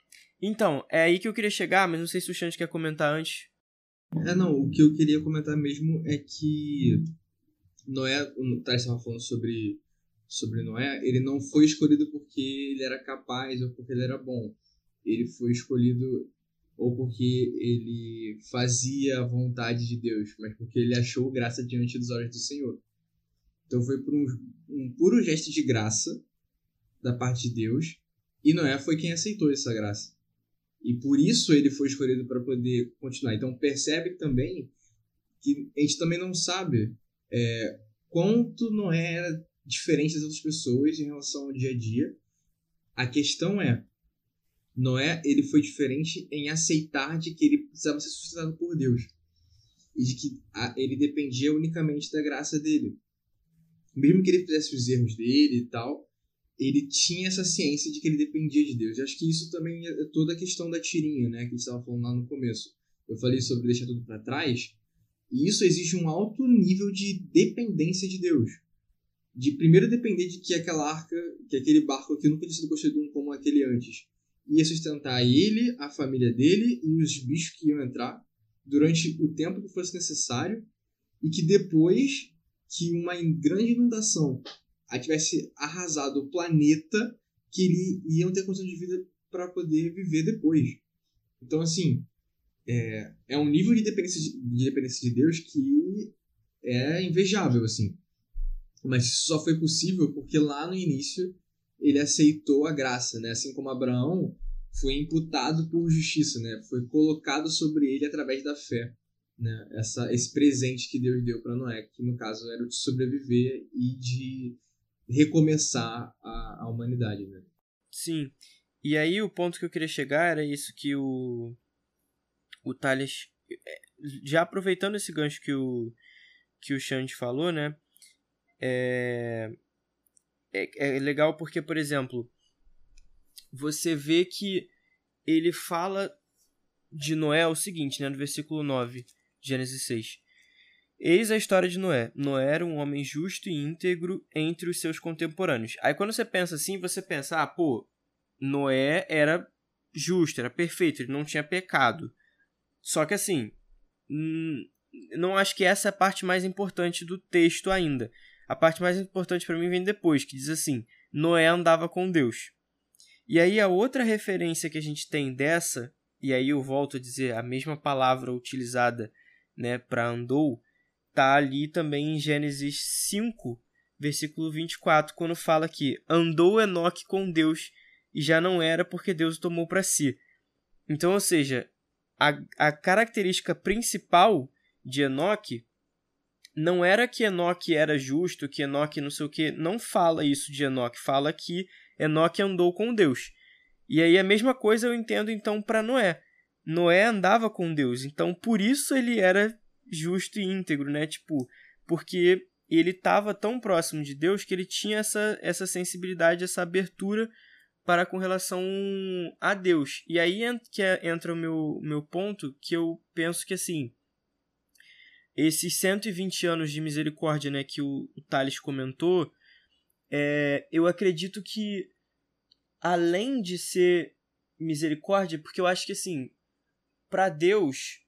Então, é aí que eu queria chegar, mas não sei se o Xande quer comentar antes. É, não, o que eu queria comentar mesmo é que Noé, o Thais estava falando sobre, sobre Noé, ele não foi escolhido porque ele era capaz ou porque ele era bom. Ele foi escolhido ou porque ele fazia a vontade de Deus, mas porque ele achou graça diante dos olhos do Senhor. Então foi por um, um puro gesto de graça da parte de Deus, e Noé foi quem aceitou essa graça. E por isso ele foi escolhido para poder continuar. Então percebe também que a gente também não sabe é, quanto Noé era diferente das outras pessoas em relação ao dia a dia. A questão é, Noé ele foi diferente em aceitar de que ele precisava ser sustentado por Deus. E de que a, ele dependia unicamente da graça dele. Mesmo que ele fizesse os erros dele e tal, ele tinha essa ciência de que ele dependia de Deus. Eu acho que isso também é toda a questão da tirinha, né, que a gente estava falando lá no começo. Eu falei sobre deixar tudo para trás, e isso exige um alto nível de dependência de Deus. De primeiro depender de que aquela arca, que aquele barco aqui nunca tinha sido construído como aquele antes, ia sustentar ele, a família dele e os bichos que iam entrar durante o tempo que fosse necessário, e que depois que uma grande inundação tivesse arrasado o planeta, que ele iam ter condição de vida para poder viver depois. Então, assim, é, é um nível de dependência de, de dependência de Deus que é invejável, assim. Mas isso só foi possível porque lá no início ele aceitou a graça, né? Assim como Abraão foi imputado por justiça, né? Foi colocado sobre ele através da fé, né? Essa, esse presente que Deus deu para Noé, que no caso era o de sobreviver e de recomeçar a, a humanidade, né? Sim. E aí o ponto que eu queria chegar era isso que o, o Thales, já aproveitando esse gancho que o, que o Xande falou, né? É, é, é legal porque, por exemplo, você vê que ele fala de Noé o seguinte, né? No versículo nove, Gênesis seis. Eis a história de Noé. Noé era um homem justo e íntegro entre os seus contemporâneos. Aí quando você pensa assim, você pensa, ah, pô, Noé era justo, era perfeito, ele não tinha pecado. Só que assim, não acho que essa é a parte mais importante do texto ainda. A parte mais importante para mim vem depois, que diz assim, Noé andava com Deus. E aí a outra referência que a gente tem dessa, e aí eu volto a dizer a mesma palavra utilizada, né, para andou, tá ali também em Gênesis cinco, versículo vinte e quatro, quando fala que andou Enoque com Deus e já não era porque Deus o tomou para si. Então, ou seja, a, a característica principal de Enoque não era que Enoque era justo, que Enoque não sei o que, não fala isso de Enoque, fala que Enoque andou com Deus. E aí a mesma coisa eu entendo então para Noé. Noé andava com Deus, então por isso ele era justo e íntegro, né? Tipo, porque ele estava tão próximo de Deus que ele tinha essa, essa sensibilidade, essa abertura para com relação a Deus. E aí que entra o meu, meu ponto, que eu penso que assim, esses cento e vinte anos de misericórdia, né, que o, o Thales comentou, é, eu acredito que além de ser misericórdia, porque eu acho que assim, para Deus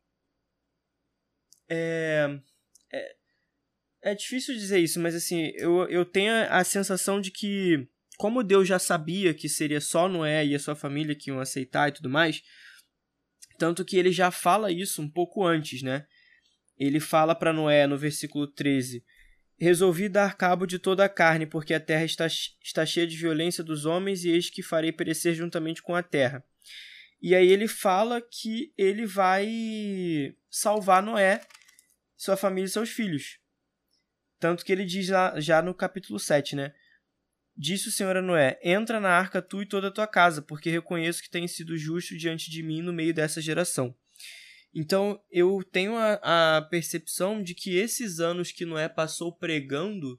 é, é, é difícil dizer isso, mas assim, eu, eu tenho a sensação de que como Deus já sabia que seria só Noé e a sua família que iam aceitar e tudo mais, tanto que ele já fala isso um pouco antes, né? Ele fala para Noé no versículo treze, resolvi dar cabo de toda a carne, porque a terra está, está cheia de violência dos homens, e eis que farei perecer juntamente com a terra. E aí ele fala que ele vai salvar Noé, sua família e seus filhos. Tanto que ele diz lá, já no capítulo sete, né? Disse o Senhor a Noé, entra na arca tu e toda a tua casa, porque reconheço que tens sido justo diante de mim no meio dessa geração. Então, eu tenho a, a percepção de que esses anos que Noé passou pregando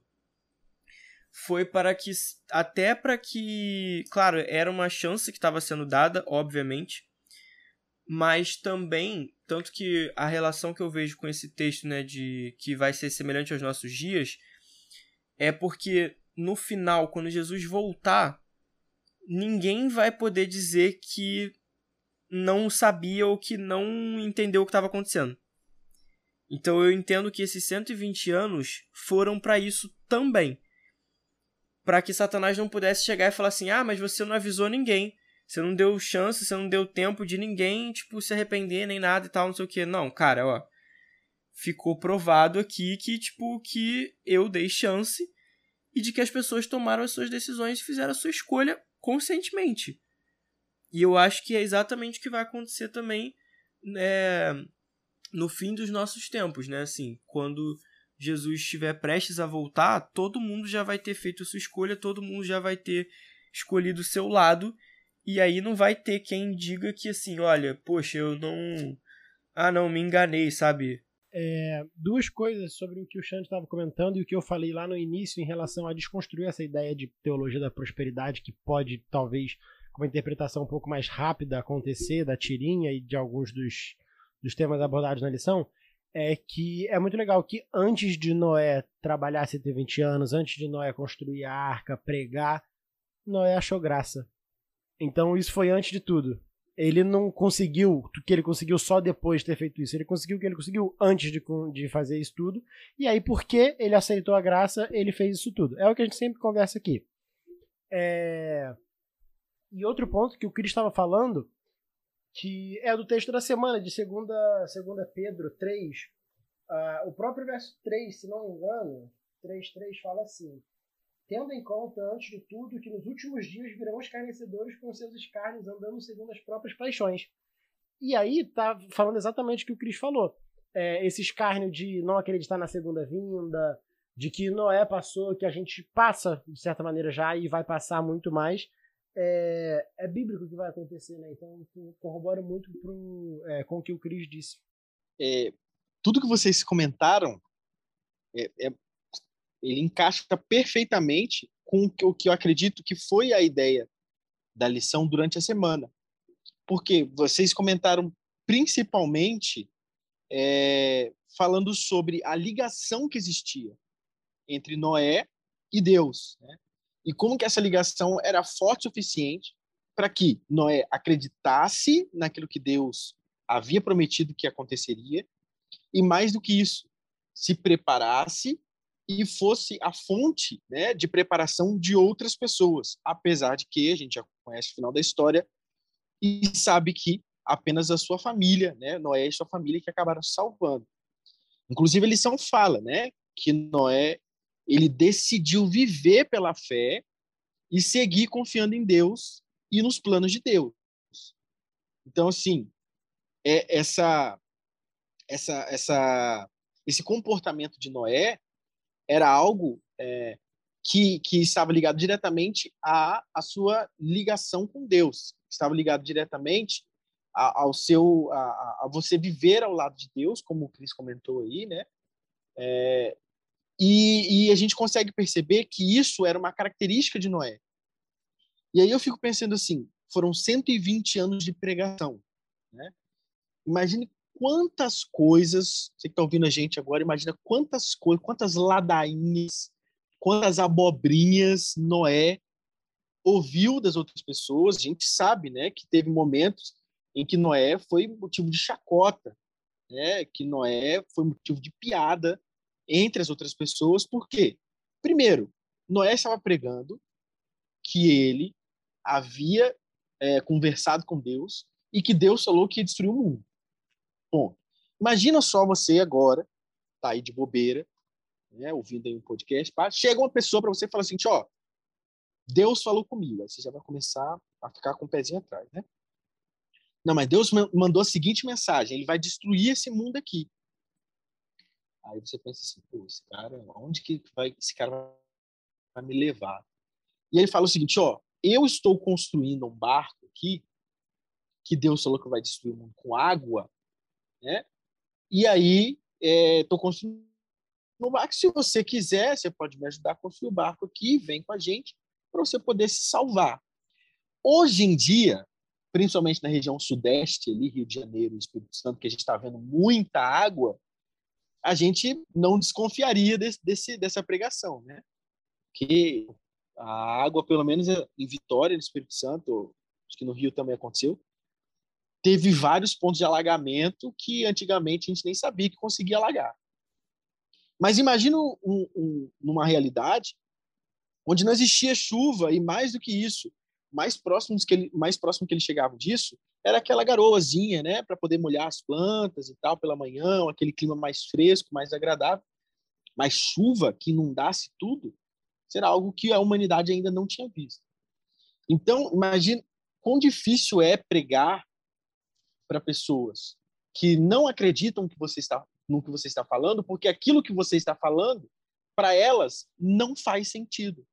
foi para que, até para que, claro, era uma chance que estava sendo dada, obviamente, mas também, tanto que a relação que eu vejo com esse texto, né, de que vai ser semelhante aos nossos dias, é porque no final, quando Jesus voltar, ninguém vai poder dizer que não sabia ou que não entendeu o que estava acontecendo. Então eu entendo que esses cento e vinte anos foram para isso também. Para que Satanás não pudesse chegar e falar assim, ah, mas você não avisou ninguém. Você não deu chance, você não deu tempo de ninguém, tipo, se arrepender nem nada e tal, não sei o quê. Não, cara, ó. Ficou provado aqui que, tipo, que eu dei chance e de que as pessoas tomaram as suas decisões e fizeram a sua escolha conscientemente. E eu acho que é exatamente o que vai acontecer também é, no fim dos nossos tempos, né? Assim, quando Jesus estiver prestes a voltar, todo mundo já vai ter feito a sua escolha, todo mundo já vai ter escolhido o seu lado, e aí não vai ter quem diga que assim, olha, poxa, eu não... Ah, não, me enganei, sabe? É, duas coisas sobre o que o Xande estava comentando e o que eu falei lá no início em relação a desconstruir essa ideia de teologia da prosperidade que pode, talvez, com uma interpretação um pouco mais rápida acontecer da tirinha e de alguns dos, dos temas abordados na lição, é que é muito legal que antes de Noé trabalhar cento e vinte anos, antes de Noé construir a arca, pregar, Noé achou graça. Então isso foi antes de tudo. Ele não conseguiu o que ele conseguiu só depois de ter feito isso. Ele conseguiu o que ele conseguiu antes de, de fazer isso tudo. E aí, porque ele aceitou a graça, ele fez isso tudo. É o que a gente sempre conversa aqui. É... E outro ponto que o Cris estava falando, que é do texto da semana, de segunda, segunda Pedro três. Uh, o próprio verso três, se não me engano, três, três fala assim: tendo em conta, antes de tudo, que nos últimos dias virão escarnecedores com seus escárnios, andando segundo as próprias paixões. E aí tá falando exatamente o que o Cris falou. É, esse escárnio de não acreditar na segunda vinda, de que Noé passou, que a gente passa, de certa maneira, já e vai passar muito mais, é, é bíblico que vai acontecer, né? Então, corroboro muito pro, é, com o que o Cris disse. É, tudo que vocês comentaram, é, é, ele encaixa perfeitamente com o que eu acredito que foi a ideia da lição durante a semana. Porque vocês comentaram principalmente é, falando sobre a ligação que existia entre Noé e Deus, né? E como que essa ligação era forte o suficiente para que Noé acreditasse naquilo que Deus havia prometido que aconteceria e, mais do que isso, se preparasse e fosse a fonte, né, de preparação de outras pessoas, apesar de que a gente já conhece o final da história e sabe que apenas a sua família, né, Noé e sua família, que acabaram se salvando. Inclusive, a lição fala, né, que Noé ele decidiu viver pela fé e seguir confiando em Deus e nos planos de Deus. Então, assim, é essa, essa, essa, esse comportamento de Noé era algo é, que, que estava ligado diretamente à, à sua ligação com Deus, estava ligado diretamente a, ao seu, a, a você viver ao lado de Deus, como o Cris comentou aí, né? É, e, e a gente consegue perceber que isso era uma característica de Noé. E aí eu fico pensando assim, foram cento e vinte anos de pregação, né? Imagine quantas coisas, você que está ouvindo a gente agora, imagina quantas coisas, quantas ladainhas, quantas abobrinhas Noé ouviu das outras pessoas. A gente sabe, né, que teve momentos em que Noé foi motivo de chacota, né, que Noé foi motivo de piada entre as outras pessoas. Por quê? Primeiro, Noé estava pregando que ele havia é, conversado com Deus e que Deus falou que ia destruir o mundo. Bom, imagina só você agora, tá aí de bobeira, né, ouvindo aí um podcast, pá, chega uma pessoa para você e fala assim, ó, Deus falou comigo. Aí você já vai começar a ficar com o pezinho atrás, né? Não, mas Deus mandou a seguinte mensagem, ele vai destruir esse mundo aqui. Aí você pensa assim, pô, esse cara, onde que vai, esse cara vai me levar? E ele fala o seguinte, ó, eu estou construindo um barco aqui, que Deus falou que vai destruir o mundo com água, né? E aí, estou é, construindo um barco. Se você quiser, você pode me ajudar a construir o barco aqui, vem com a gente, para você poder se salvar. Hoje em dia, principalmente na região sudeste, ali, Rio de Janeiro, Espírito Santo, que a gente está vendo muita água, a gente não desconfiaria desse, desse, dessa pregação, né? Porque a água, pelo menos em Vitória, no Espírito Santo, acho que no Rio também aconteceu, teve vários pontos de alagamento que antigamente a gente nem sabia que conseguia alagar. Mas imagina um, um, uma realidade onde não existia chuva e, mais do que isso, mais próximo que ele, mais próximo que ele chegava disso era aquela garoazinha, né, para poder molhar as plantas e tal pela manhã, aquele clima mais fresco, mais agradável. Mas chuva que inundasse tudo será algo que a humanidade ainda não tinha visto. Então, imagine quão difícil é pregar para pessoas que não acreditam que você está, no que você está falando, porque aquilo que você está falando, para elas, não faz sentido.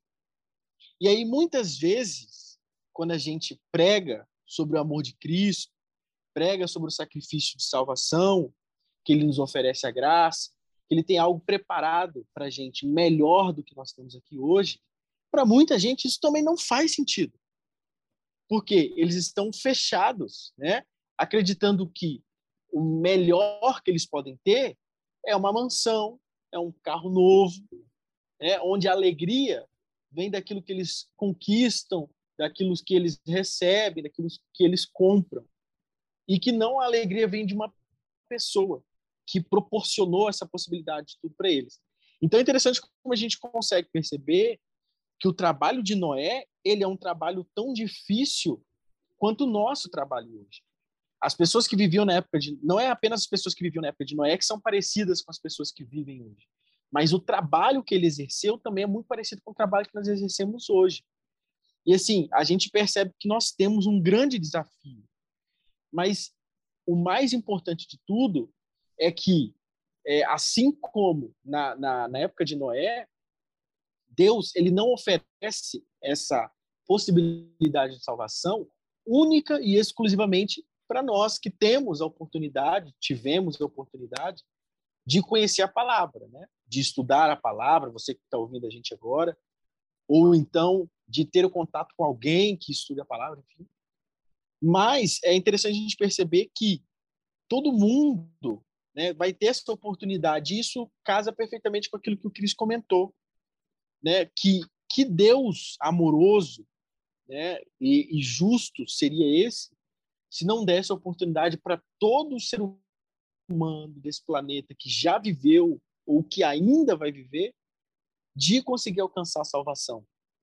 E aí, muitas vezes, quando a gente prega sobre o amor de Cristo, prega sobre o sacrifício de salvação, que ele nos oferece a graça, que ele tem algo preparado para a gente melhor do que nós temos aqui hoje, para muita gente isso também não faz sentido. Porque eles estão fechados, né? Acreditando que o melhor que eles podem ter é uma mansão, é um carro novo, né? Onde a alegria vem daquilo que eles conquistam, daquilo que eles recebem, daquilo que eles compram. E que não a alegria vem de uma pessoa que proporcionou essa possibilidade de tudo para eles. Então é interessante como a gente consegue perceber que o trabalho de Noé, ele é um trabalho tão difícil quanto o nosso trabalho hoje. As pessoas que viviam na época de... Não é apenas as pessoas que viviam na época de Noé que são parecidas com as pessoas que vivem hoje. mas o trabalho que ele exerceu também é muito parecido com o trabalho que nós exercemos hoje. E assim, a gente percebe que nós temos um grande desafio, mas o mais importante de tudo é que, é, assim como na, na, na época de Noé, Deus ele não oferece essa possibilidade de salvação única e exclusivamente para nós que temos a oportunidade, tivemos a oportunidade de conhecer a palavra, né? De estudar a palavra, você que está ouvindo a gente agora, ou então de ter o contato com alguém que estude a palavra, enfim. Mas é interessante a gente perceber que todo mundo, né, vai ter essa oportunidade. E isso casa perfeitamente com aquilo que o Cris comentou, né? Que, que Deus amoroso, né, e, e justo seria esse se não desse a oportunidade para todo ser humano desse planeta que já viveu ou que ainda vai viver de conseguir alcançar a salvação.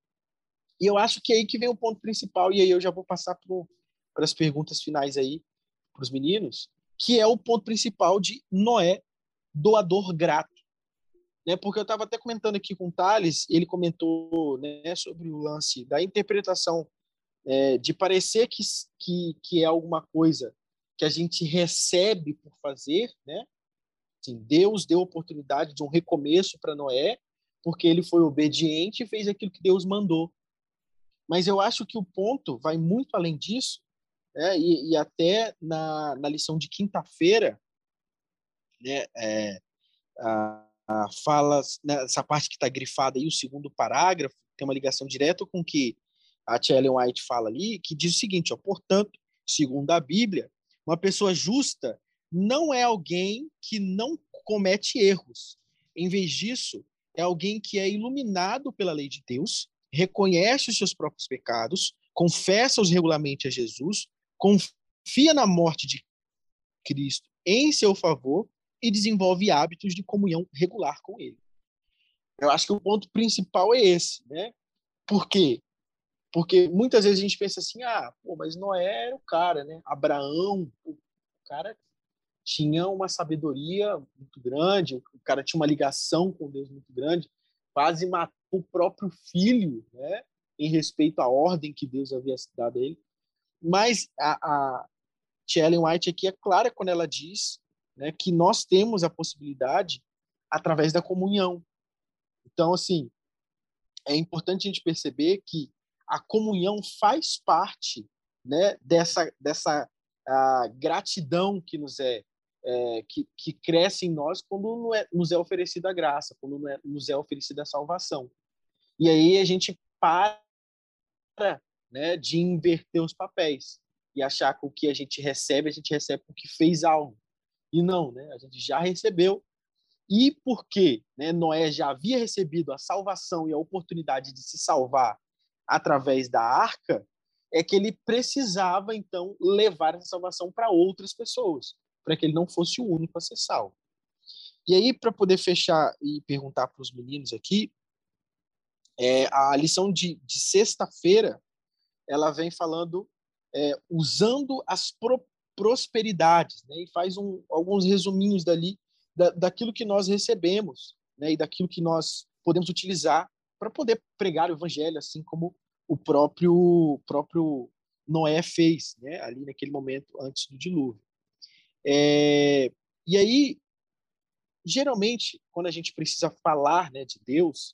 E eu acho que é aí que vem o ponto principal, e aí eu já vou passar para as perguntas finais aí para os meninos, que é o ponto principal de Noé, doador grato. Né? Porque eu estava até comentando aqui com o Thales, ele comentou, né, sobre o lance da interpretação, é, de parecer que, que, que é alguma coisa que a gente recebe por fazer, né? Assim, Deus deu oportunidade de um recomeço para Noé, porque ele foi obediente e fez aquilo que Deus mandou. Mas eu acho que o ponto vai muito além disso, né? e, e até na, na lição de quinta-feira, né, é, a, a fala, né, essa parte que está grifada aí, o segundo parágrafo, tem uma ligação direta com o que a tia Ellen White fala ali, que diz o seguinte, ó, portanto, segundo a Bíblia, uma pessoa justa não é alguém que não comete erros. Em vez disso, é alguém que é iluminado pela lei de Deus, reconhece os seus próprios pecados, confessa-os regularmente a Jesus, confia na morte de Cristo em seu favor e desenvolve hábitos de comunhão regular com ele. Eu acho que o ponto principal é esse, né? Por quê? Porque muitas vezes a gente pensa assim, ah, pô, mas Noé era o cara, né? Abraão, o cara tinha uma sabedoria muito grande, o cara tinha uma ligação com Deus muito grande, quase matou o próprio filho, né? Em respeito à ordem que Deus havia dado a ele. Mas a, a tia Ellen White aqui é clara quando ela diz, né, que nós temos a possibilidade através da comunhão. Então, assim, é importante a gente perceber que a comunhão faz parte, né, dessa, dessa a gratidão que nos é, é que, que cresce em nós quando nos é oferecida a graça, quando nos é oferecida a salvação. E aí a gente para, né, de inverter os papéis e achar que o que a gente recebe, a gente recebe porque fez algo. E não, né? A gente já recebeu. E porque, né, Noé já havia recebido a salvação e a oportunidade de se salvar através da arca, é que ele precisava, então, levar essa salvação para outras pessoas, para que ele não fosse o único a ser salvo. E aí, para poder fechar e perguntar para os meninos aqui, é, a lição de, de sexta-feira, ela vem falando, é, usando as pro, prosperidades, né, e faz um, alguns resuminhos dali, da, daquilo que nós recebemos, né, e daquilo que nós podemos utilizar para poder pregar o evangelho, assim como o próprio, próprio Noé fez, né, ali naquele momento antes do dilúvio. É, e aí, geralmente, quando a gente precisa falar, né, de Deus,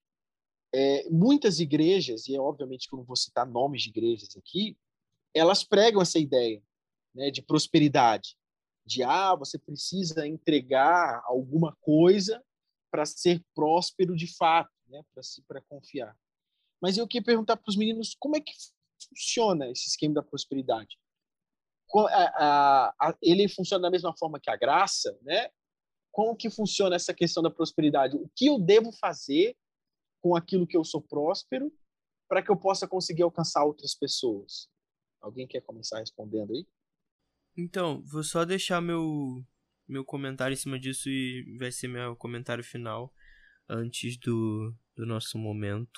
é, muitas igrejas, e é obviamente que eu não vou citar nomes de igrejas aqui, elas pregam essa ideia, né, de prosperidade, de ah, você precisa entregar alguma coisa para ser próspero de fato, né, para se para confiar. Mas eu queria perguntar para os meninos como é que funciona esse esquema da prosperidade. A, a, a, ele funciona da mesma forma que a graça, né? Como que funciona essa questão da prosperidade? O que eu devo fazer com aquilo que eu sou próspero para que eu possa conseguir alcançar outras pessoas? Alguém quer começar respondendo aí? Então, vou só deixar meu, meu comentário em cima disso e vai ser meu comentário final antes do, do nosso momento.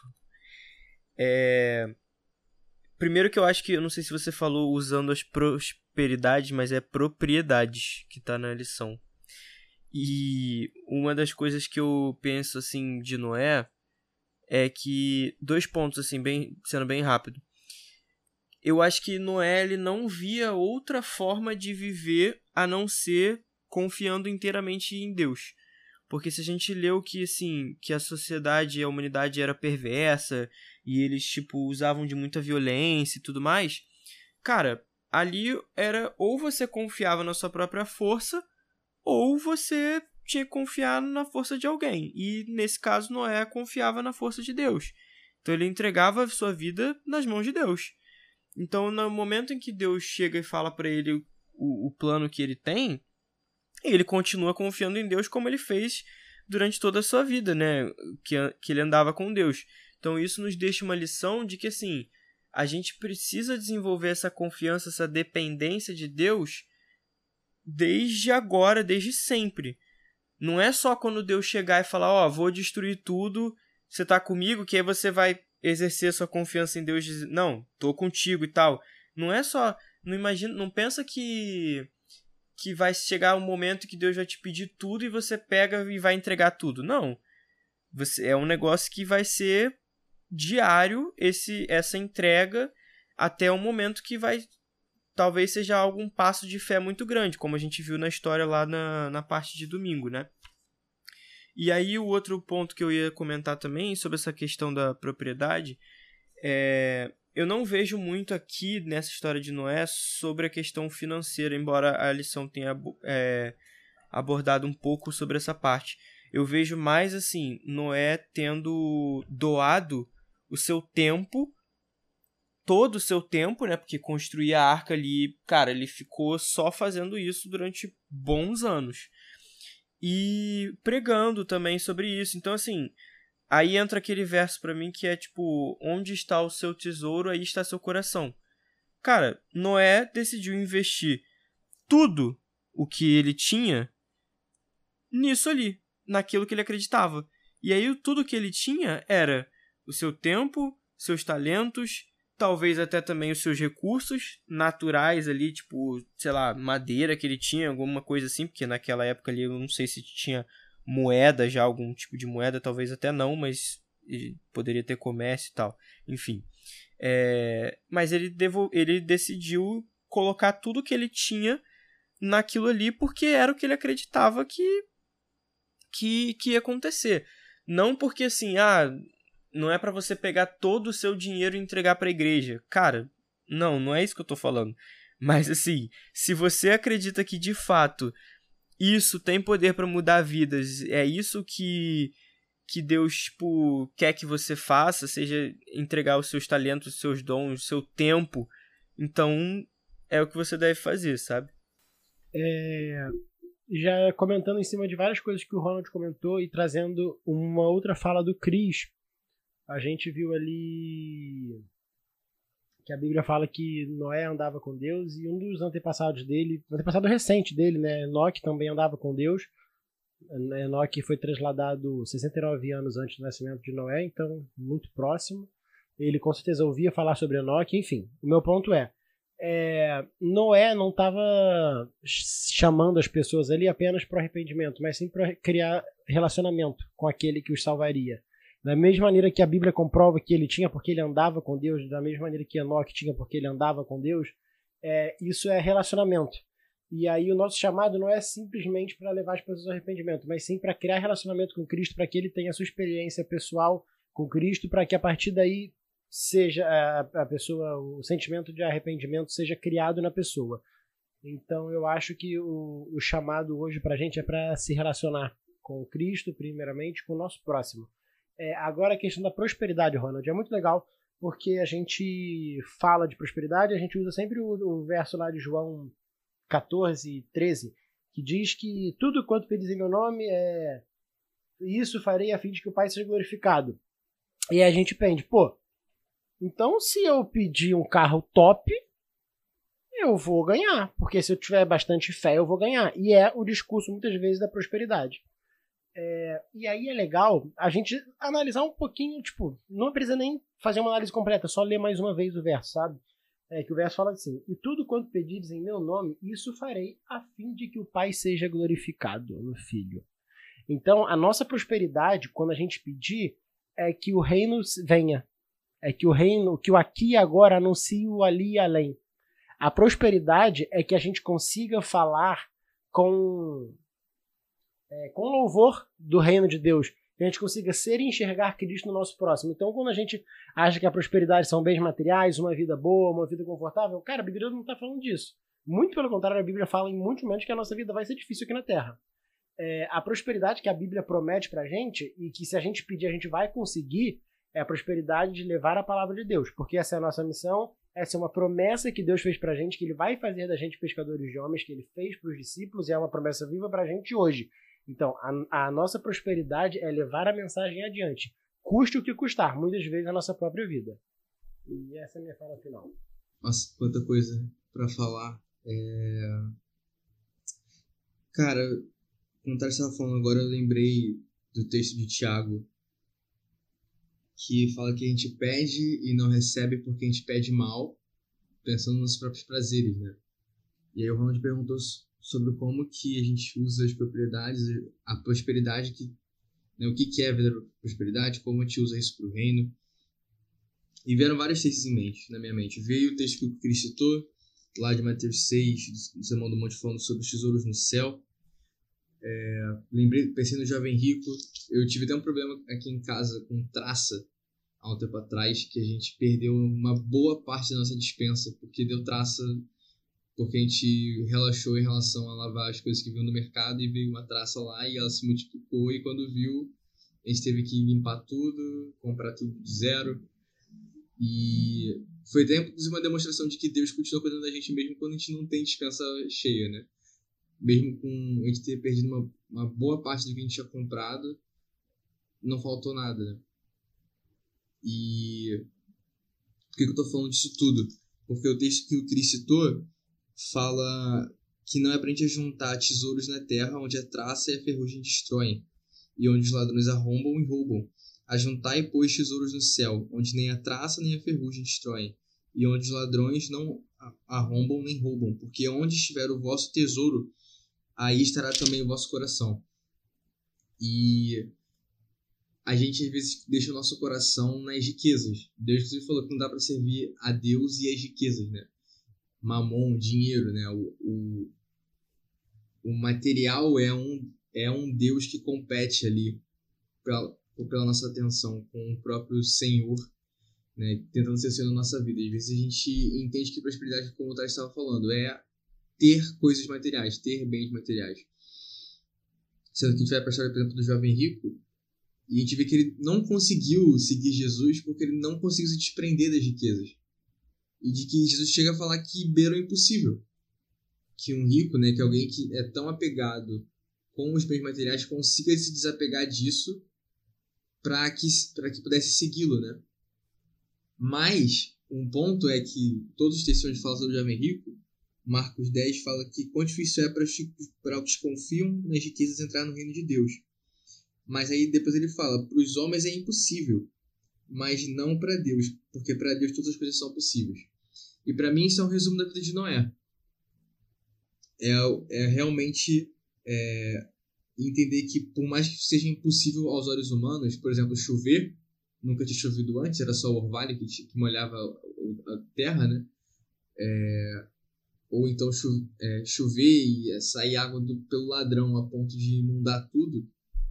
É... Primeiro que eu acho que, eu não sei se você falou usando as prosperidades, mas é propriedades que tá na lição. E uma das coisas que eu penso, assim, de Noé é que... Dois pontos, assim, bem, sendo bem rápido. Eu acho que Noé ele não via outra forma de viver a não ser confiando inteiramente em Deus. Porque se a gente leu que, assim, que a sociedade e a humanidade era perversa e eles, tipo, usavam de muita violência e tudo mais, cara, ali era ou você confiava na sua própria força ou você tinha que confiar na força de alguém. E, nesse caso, Noé confiava na força de Deus. Então, ele entregava a sua vida nas mãos de Deus. Então, no momento em que Deus chega e fala para ele o, o plano que ele tem, ele continua confiando em Deus como ele fez durante toda a sua vida, né? Que, que ele andava com Deus. Então, isso nos deixa uma lição de que, assim, a gente precisa desenvolver essa confiança, essa dependência de Deus desde agora, desde sempre. Não é só quando Deus chegar e falar, ó, oh, vou destruir tudo, você tá comigo, que aí você vai exercer sua confiança em Deus, dizer, não, tô contigo e tal. Não é só, não imagina, não pensa que que vai chegar um momento que Deus vai te pedir tudo e você pega e vai entregar tudo. Não. Você, é um negócio que vai ser diário, esse, essa entrega, até o momento que vai, talvez seja algum passo de fé muito grande, como a gente viu na história lá na, na parte de domingo, né? E aí o outro ponto que eu ia comentar também sobre essa questão da propriedade é... Eu não vejo muito aqui nessa história de Noé sobre a questão financeira, embora a lição tenha é, abordado um pouco sobre essa parte. Eu vejo mais assim, Noé tendo doado o seu tempo, todo o seu tempo, né? Porque construir a arca ali, cara, ele ficou só fazendo isso durante bons anos. E pregando também sobre isso. Então, assim... Aí entra aquele verso pra mim que é tipo, onde está o seu tesouro, aí está seu coração. Cara, Noé decidiu investir tudo o que ele tinha nisso ali, naquilo que ele acreditava. E aí tudo que ele tinha era o seu tempo, seus talentos, talvez até também os seus recursos naturais ali, tipo, sei lá, madeira que ele tinha, alguma coisa assim, porque naquela época ali eu não sei se tinha... moeda já, algum tipo de moeda, talvez até não, mas poderia ter comércio e tal, enfim. É, mas ele, devo, ele decidiu colocar tudo que ele tinha naquilo ali porque era o que ele acreditava que, que, que ia acontecer. Não porque assim, ah, não é pra você pegar todo o seu dinheiro e entregar pra igreja. Cara, não, não é isso que eu tô falando. Mas assim, se você acredita que de fato isso tem poder para mudar vidas, é isso que, que Deus tipo, quer que você faça, seja entregar os seus talentos, os seus dons, o seu tempo, então é o que você deve fazer, sabe? É, já comentando em cima de várias coisas que o Ronald comentou e trazendo uma outra fala do Chris, a gente viu ali que a Bíblia fala que Noé andava com Deus e um dos antepassados dele, antepassado recente dele, né, Enoque também andava com Deus. Enoque foi trasladado sessenta e nove anos antes do nascimento de Noé, então muito próximo. Ele com certeza ouvia falar sobre Enoque, enfim. O meu ponto é, é Noé não estava chamando as pessoas ali apenas para o arrependimento, mas sim para criar relacionamento com aquele que os salvaria. Da mesma maneira que a Bíblia comprova que ele tinha porque ele andava com Deus, da mesma maneira que Enoque tinha porque ele andava com Deus, é, isso é relacionamento. E aí o nosso chamado não é simplesmente para levar as pessoas ao arrependimento, mas sim para criar relacionamento com Cristo, para que ele tenha a sua experiência pessoal com Cristo, para que a partir daí seja a, a pessoa, o sentimento de arrependimento seja criado na pessoa. Então eu acho que o, o chamado hoje para a gente é para se relacionar com Cristo, primeiramente, com o nosso próximo. É, agora a questão da prosperidade, Ronald, é muito legal, porque a gente fala de prosperidade, a gente usa sempre o, o verso lá de João catorze, treze, que diz que tudo quanto pedis em meu nome, é isso farei a fim de que o Pai seja glorificado. E aí a gente pende, pô, então se eu pedir um carro top, eu vou ganhar, porque se eu tiver bastante fé, eu vou ganhar. E é o discurso, muitas vezes, da prosperidade. É, e aí é legal a gente analisar um pouquinho, tipo, não precisa nem fazer uma análise completa, só ler mais uma vez o verso, sabe? é que o verso fala assim: e tudo quanto pedires em meu nome, isso farei, a fim de que o Pai seja glorificado no Filho. Então, a nossa prosperidade, quando a gente pedir, é que o reino venha. É que o reino, que o aqui e agora anuncie o ali e além. A prosperidade é que a gente consiga falar com, é, com louvor do reino de Deus. Que a gente consiga ser e enxergar Cristo no nosso próximo. Então, quando a gente acha que a prosperidade são bens materiais, uma vida boa, uma vida confortável, cara, a Bíblia não está falando disso. Muito pelo contrário, a Bíblia fala em muitos momentos que a nossa vida vai ser difícil aqui na Terra. É, a prosperidade que a Bíblia promete pra gente, e que se a gente pedir a gente vai conseguir, é a prosperidade de levar a palavra de Deus. Porque essa é a nossa missão, essa é uma promessa que Deus fez pra gente, que Ele vai fazer da gente pescadores de homens, que Ele fez pros discípulos, e é uma promessa viva pra gente hoje. Então, a, a nossa prosperidade é levar a mensagem adiante. Custe o que custar, muitas vezes a nossa própria vida. E essa é a minha fala final. Nossa, quanta coisa pra falar. É... Cara, como você estava falando agora, eu lembrei do texto de Tiago, que fala que a gente pede e não recebe porque a gente pede mal, pensando nos próprios prazeres, né? E aí o Ronald perguntou sobre como que a gente usa as propriedades, a prosperidade, que, né, o que que é a verdadeira prosperidade, como a gente usa isso para o reino. E vieram vários textos em mente, na minha mente. Veio o texto que o Cris citou, lá de Mateus seis, do Sermão do Monte, falando sobre os tesouros no céu. É, lembrei, pensei no jovem rico. Eu tive até um problema aqui em casa com traça há um tempo atrás, que a gente perdeu uma boa parte da nossa despensa porque deu traça, porque a gente relaxou em relação a lavar as coisas que vinham do mercado, e veio uma traça lá e ela se multiplicou, e quando viu a gente teve que limpar tudo, comprar tudo de zero. E foi até inclusive uma demonstração de que Deus continua cuidando da gente mesmo quando a gente não tem despensa cheia, né? Mesmo com a gente ter perdido uma, uma boa parte do que a gente tinha comprado, não faltou nada, né? E por que, que eu tô falando disso tudo? Porque o texto que o Cris citou fala que não é pra gente juntar tesouros na terra, onde a traça e a ferrugem destroem, e onde os ladrões arrombam e roubam. Ajuntai, pois, tesouros no céu, onde nem a traça nem a ferrugem destroem, e onde os ladrões não arrombam nem roubam, porque onde estiver o vosso tesouro, aí estará também o vosso coração. E a gente às vezes deixa o nosso coração nas riquezas. Deus inclusive falou que não dá para servir a Deus e as riquezas, né? Mamon, dinheiro, né? O, o, o material é um, é um Deus que compete ali pela, pela nossa atenção com o próprio Senhor, né? Tentando ser Senhor na nossa vida. Às vezes a gente entende que prosperidade, como o Thais estava falando, é ter coisas materiais, ter bens materiais. Sendo que a gente vai para a história, por exemplo, do jovem rico, e a gente vê que ele não conseguiu seguir Jesus porque ele não conseguiu se desprender das riquezas. E de que Jesus chega a falar que beira o impossível. Que um rico, né, que alguém que é tão apegado com os bens materiais, consiga se desapegar disso para que, para que pudesse segui-lo, né? Mas um ponto é que todos os textos onde fala sobre o jovem rico, Marcos dez fala que quão difícil é para os que confiam nas riquezas entrar no reino de Deus. Mas aí depois ele fala, para os homens é impossível, mas não para Deus, porque para Deus todas as coisas são possíveis. E para mim isso é um resumo da vida de Noé. É, é realmente é, entender que por mais que seja impossível aos olhos humanos, por exemplo, chover, nunca tinha chovido antes, era só o orvalho que, que molhava a terra, né? É, ou então cho, é, chover e sair água do, pelo ladrão a ponto de inundar tudo,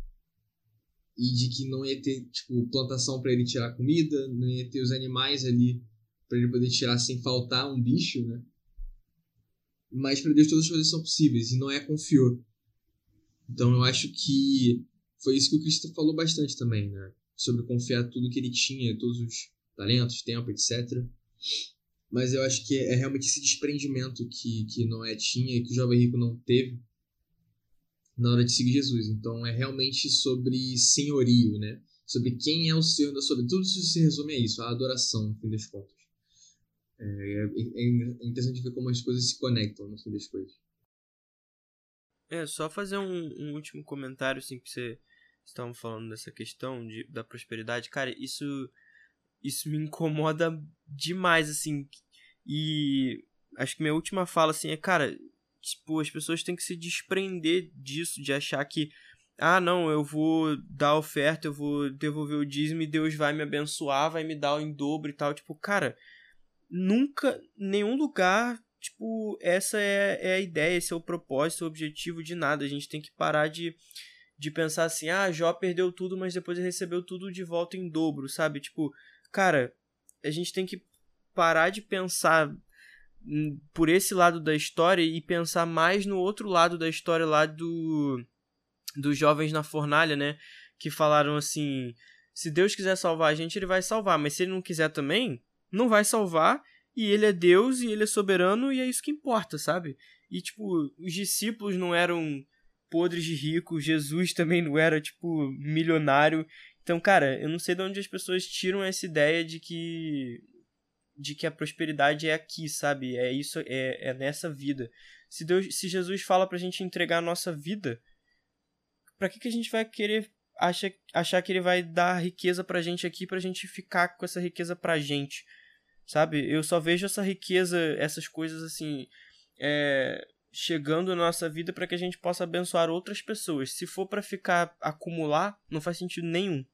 e de que não ia ter tipo, plantação para ele tirar comida, não ia ter os animais ali para ele poder tirar sem faltar um bicho, né? Mas para Deus todas as coisas são possíveis, e Noé confiou. Então eu acho que foi isso que o Cristo falou bastante também, né? Sobre confiar tudo que ele tinha, todos os talentos, tempo, etcétera. Mas eu acho que é realmente esse desprendimento que, que Noé tinha e que o jovem rico não teve na hora de seguir Jesus. Então é realmente sobre senhorio, né? Sobre quem é o Senhor da sua vida. Tudo isso se resume a isso, a adoração, no fim das contas. É, é interessante ver como as coisas se conectam no fim das coisas. É, só fazer um, um último comentário, assim, que você estavam falando dessa questão de, da prosperidade. Cara, isso, isso me incomoda demais, assim. E acho que minha última fala, assim, é, cara, tipo, as pessoas têm que se desprender disso, de achar que, ah, não, eu vou dar oferta, eu vou devolver o dízimo e Deus vai me abençoar, vai me dar em dobro e tal. Tipo, cara, nunca, nenhum lugar, tipo, essa é, é a ideia, esse é o propósito, o objetivo de nada. A gente tem que parar de, de pensar assim, ah, Jó perdeu tudo, mas depois ele recebeu tudo de volta em dobro, sabe? Tipo, cara, a gente tem que parar de pensar por esse lado da história e pensar mais no outro lado da história lá do dos jovens na fornalha, né? Que falaram assim, se Deus quiser salvar a gente, ele vai salvar, mas se ele não quiser também, não vai salvar, e ele é Deus e ele é soberano e é isso que importa, sabe? E, tipo, os discípulos não eram podres de ricos, Jesus também não era, tipo, milionário. Então, cara, eu não sei de onde as pessoas tiram essa ideia de que de que a prosperidade é aqui, sabe? É isso, é, é nessa vida. Se Deus, se Jesus fala pra gente entregar a nossa vida, pra que que a gente vai querer achar, achar que ele vai dar riqueza pra gente aqui, pra gente ficar com essa riqueza pra gente, sabe? Eu só vejo essa riqueza, essas coisas assim, é, chegando na nossa vida pra que a gente possa abençoar outras pessoas. Se for pra ficar, acumular, não faz sentido nenhum.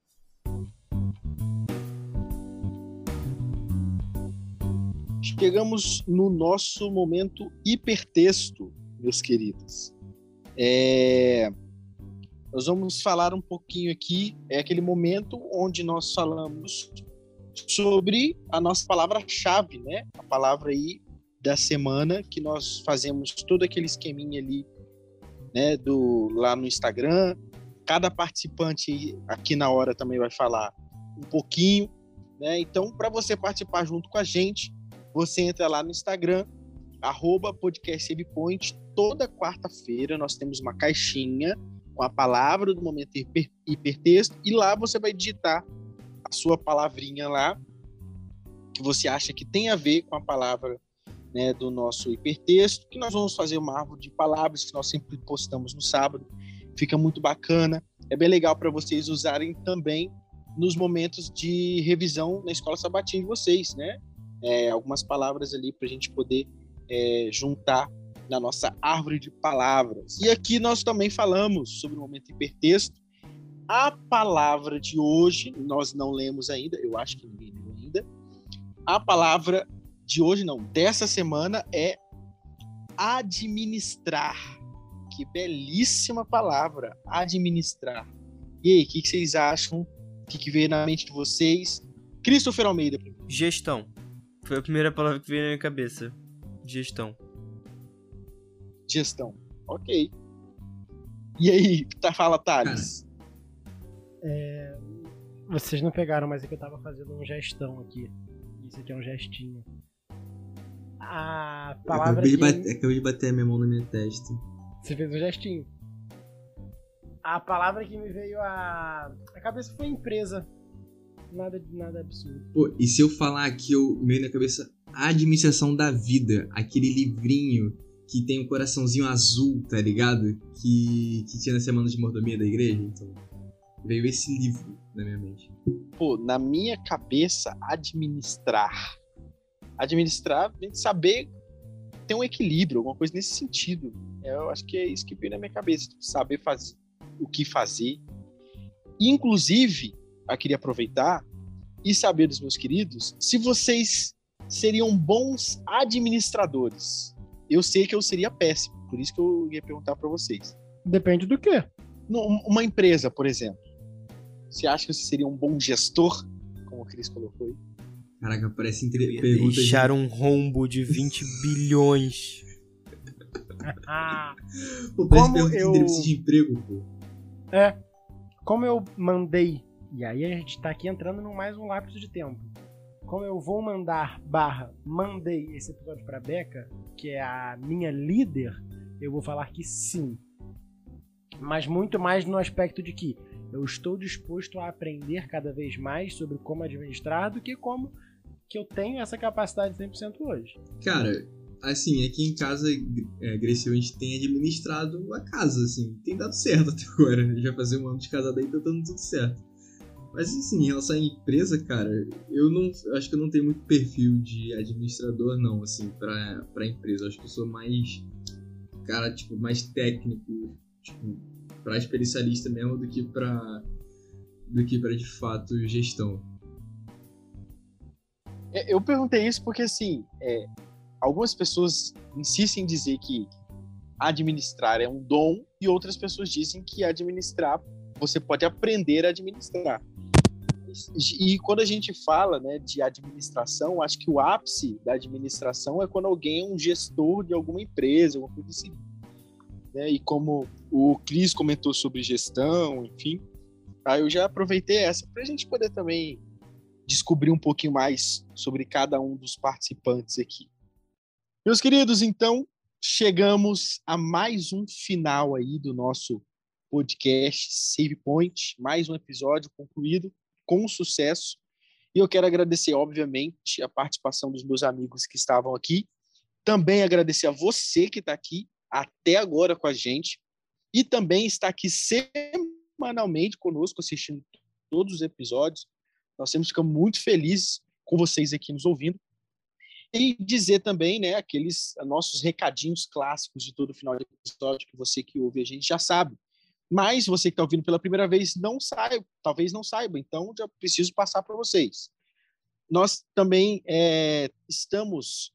Chegamos no nosso momento hipertexto, meus queridos. É... Nós vamos falar um pouquinho aqui, é aquele momento onde nós falamos sobre a nossa palavra-chave, né? A palavra aí da semana, que nós fazemos todo aquele esqueminha ali, né? Do, lá no Instagram. Cada participante aqui na hora também vai falar um pouquinho, né? Então, para você participar junto com a gente, você entra lá no Instagram, arroba podcast SavePoint. Toda quarta-feira nós temos uma caixinha com a palavra do momento hiper, hipertexto, e lá você vai digitar a sua palavrinha lá, que você acha que tem a ver com a palavra, né, do nosso hipertexto, que nós vamos fazer uma árvore de palavras que nós sempre postamos no sábado. Fica muito bacana, é bem legal para vocês usarem também nos momentos de revisão na escola sabatina de vocês, né? É, algumas palavras ali para a gente poder é, juntar na nossa árvore de palavras. E aqui nós também falamos sobre o momento hipertexto. A palavra de hoje, nós não lemos ainda, eu acho que ninguém leu ainda. A palavra de hoje, não, dessa semana, é administrar. Que belíssima palavra, administrar. E aí, o que, que vocês acham? O que, que veio na mente de vocês? Christopher Almeida. Gestão. Foi a primeira palavra que veio na minha cabeça. Gestão. Gestão. Ok. E aí, tá, fala, Thales. É, vocês não pegaram, mas é que eu tava fazendo um gestão aqui. Isso aqui é um gestinho. A palavra acabei, que... de bater, acabei de bater a minha mão na minha testa. Você fez um gestinho. A palavra que me veio à a cabeça foi empresa. Nada, nada absurdo. Pô, e se eu falar aqui, eu me veio na cabeça a administração da vida, aquele livrinho que tem um coraçãozinho azul, tá ligado? Que, que tinha na semana de mordomia da igreja, então veio esse livro na minha mente. Pô, na minha cabeça, administrar. Administrar, a gente saber ter um equilíbrio, alguma coisa nesse sentido. Eu acho que é isso que veio na minha cabeça, saber fazer o que fazer. Inclusive, eu queria aproveitar e saber dos meus queridos se vocês seriam bons administradores. Eu sei que eu seria péssimo, por isso que eu ia perguntar para vocês. Depende do quê? Uma empresa, por exemplo. Você acha que você seria um bom gestor? Como o Cris colocou aí. Caraca, parece entre... pergunta deixar de... um rombo de vinte bilhões. Pô, parece Como pergunta eu... de entrevista de emprego, pô. É. Como eu mandei... E aí a gente tá aqui entrando em mais um lapso de tempo. Como eu vou mandar barra mandei esse episódio pra Beca, que é a minha líder, eu vou falar que sim. Mas muito mais no aspecto de que eu estou disposto a aprender cada vez mais sobre como administrar do que como que eu tenho essa capacidade cem por cento hoje. Cara, assim, aqui em casa, é, Grecia, a gente tem administrado a casa, assim, tem dado certo até agora. Já fazer um ano de casado aí, tá dando tudo certo. Mas assim, em relação à empresa, cara, eu não eu acho que eu não tenho muito perfil de administrador, não, assim, pra, pra empresa. Eu acho que eu sou mais, cara, tipo, mais técnico, tipo, pra especialista mesmo do que pra, do que pra, de fato, gestão. Eu perguntei isso porque, assim, é, algumas pessoas insistem em dizer que administrar é um dom e outras pessoas dizem que administrar, você pode aprender a administrar. E quando a gente fala, né, de administração, acho que o ápice da administração é quando alguém é um gestor de alguma empresa, alguma coisa assim. Né? E como o Cris comentou sobre gestão, enfim, aí eu já aproveitei essa para a gente poder também descobrir um pouquinho mais sobre cada um dos participantes aqui. Meus queridos, então, chegamos a mais um final aí do nosso podcast Save Point, mais um episódio concluído com sucesso. E eu quero agradecer, obviamente, a participação dos meus amigos que estavam aqui. Também agradecer a você que está aqui até agora com a gente e também está aqui semanalmente conosco, assistindo todos os episódios. Nós temos ficado muito felizes com vocês aqui nos ouvindo. E dizer também, né, aqueles nossos recadinhos clássicos de todo final de episódio, que você que ouve a gente já sabe. Mas você que está ouvindo pela primeira vez não saiba, talvez não saiba, então já preciso passar para vocês. Nós também é, estamos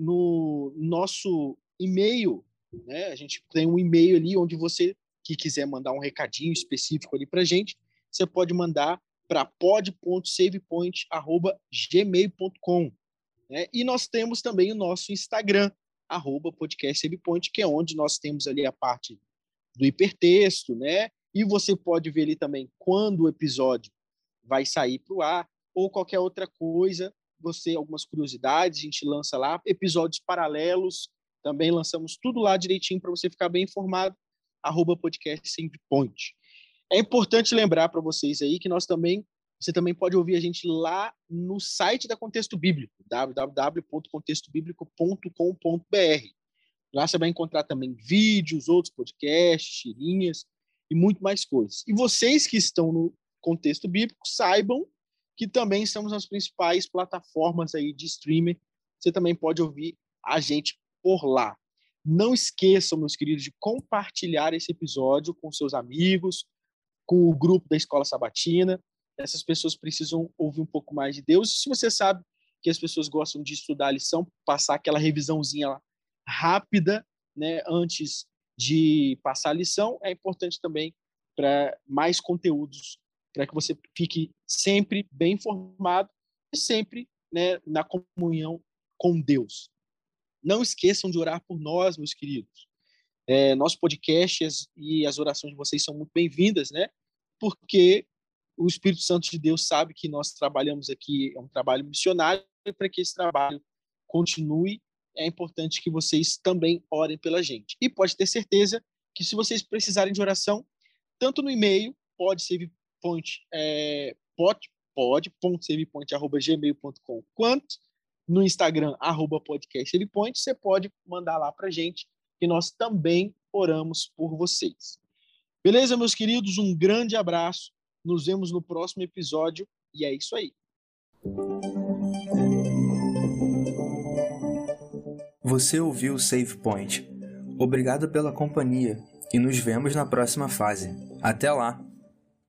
no nosso e-mail, né? A gente tem um e-mail ali onde você que quiser mandar um recadinho específico ali para a gente, você pode mandar para pod ponto savepoint arroba gmail ponto com. Né? E nós temos também o nosso Instagram, arroba podcast savepoint, que é onde nós temos ali a parte do hipertexto, né? E você pode ver ali também quando o episódio vai sair para o ar, ou qualquer outra coisa, você, algumas curiosidades, a gente lança lá, episódios paralelos, também lançamos tudo lá direitinho para você ficar bem informado, arroba podcast savepoint. É importante lembrar para vocês aí que nós também, você também pode ouvir a gente lá no site da Contexto Bíblico, w w w ponto contexto bíblico ponto com ponto b r. Lá você vai encontrar também vídeos, outros podcasts, tirinhas e muito mais coisas. E vocês que estão no Contexto Bíblico, saibam que também estamos nas principais plataformas aí de streaming. Você também pode ouvir a gente por lá. Não esqueçam, meus queridos, de compartilhar esse episódio com seus amigos, com o grupo da Escola Sabatina. Essas pessoas precisam ouvir um pouco mais de Deus. E se você sabe que as pessoas gostam de estudar a lição, passar aquela revisãozinha lá rápida, né, antes de passar a lição, é importante também para mais conteúdos, para que você fique sempre bem informado e sempre, né, na comunhão com Deus. Não esqueçam de orar por nós, meus queridos. É, nosso podcast e as orações de vocês são muito bem-vindas, né? Porque o Espírito Santo de Deus sabe que nós trabalhamos aqui, é um trabalho missionário, e para que esse trabalho continue, é importante que vocês também orem pela gente. E pode ter certeza que se vocês precisarem de oração, tanto no e-mail, pode savepoint, é, pode, pode, ponto savepoint, arroba gmail ponto com, quanto no Instagram, arroba podcast savepoint, você pode mandar lá pra gente, que nós também oramos por vocês. Beleza, meus queridos? Um grande abraço. Nos vemos no próximo episódio. E é isso aí. Você ouviu o Save Point. Obrigado pela companhia e nos vemos na próxima fase. Até lá!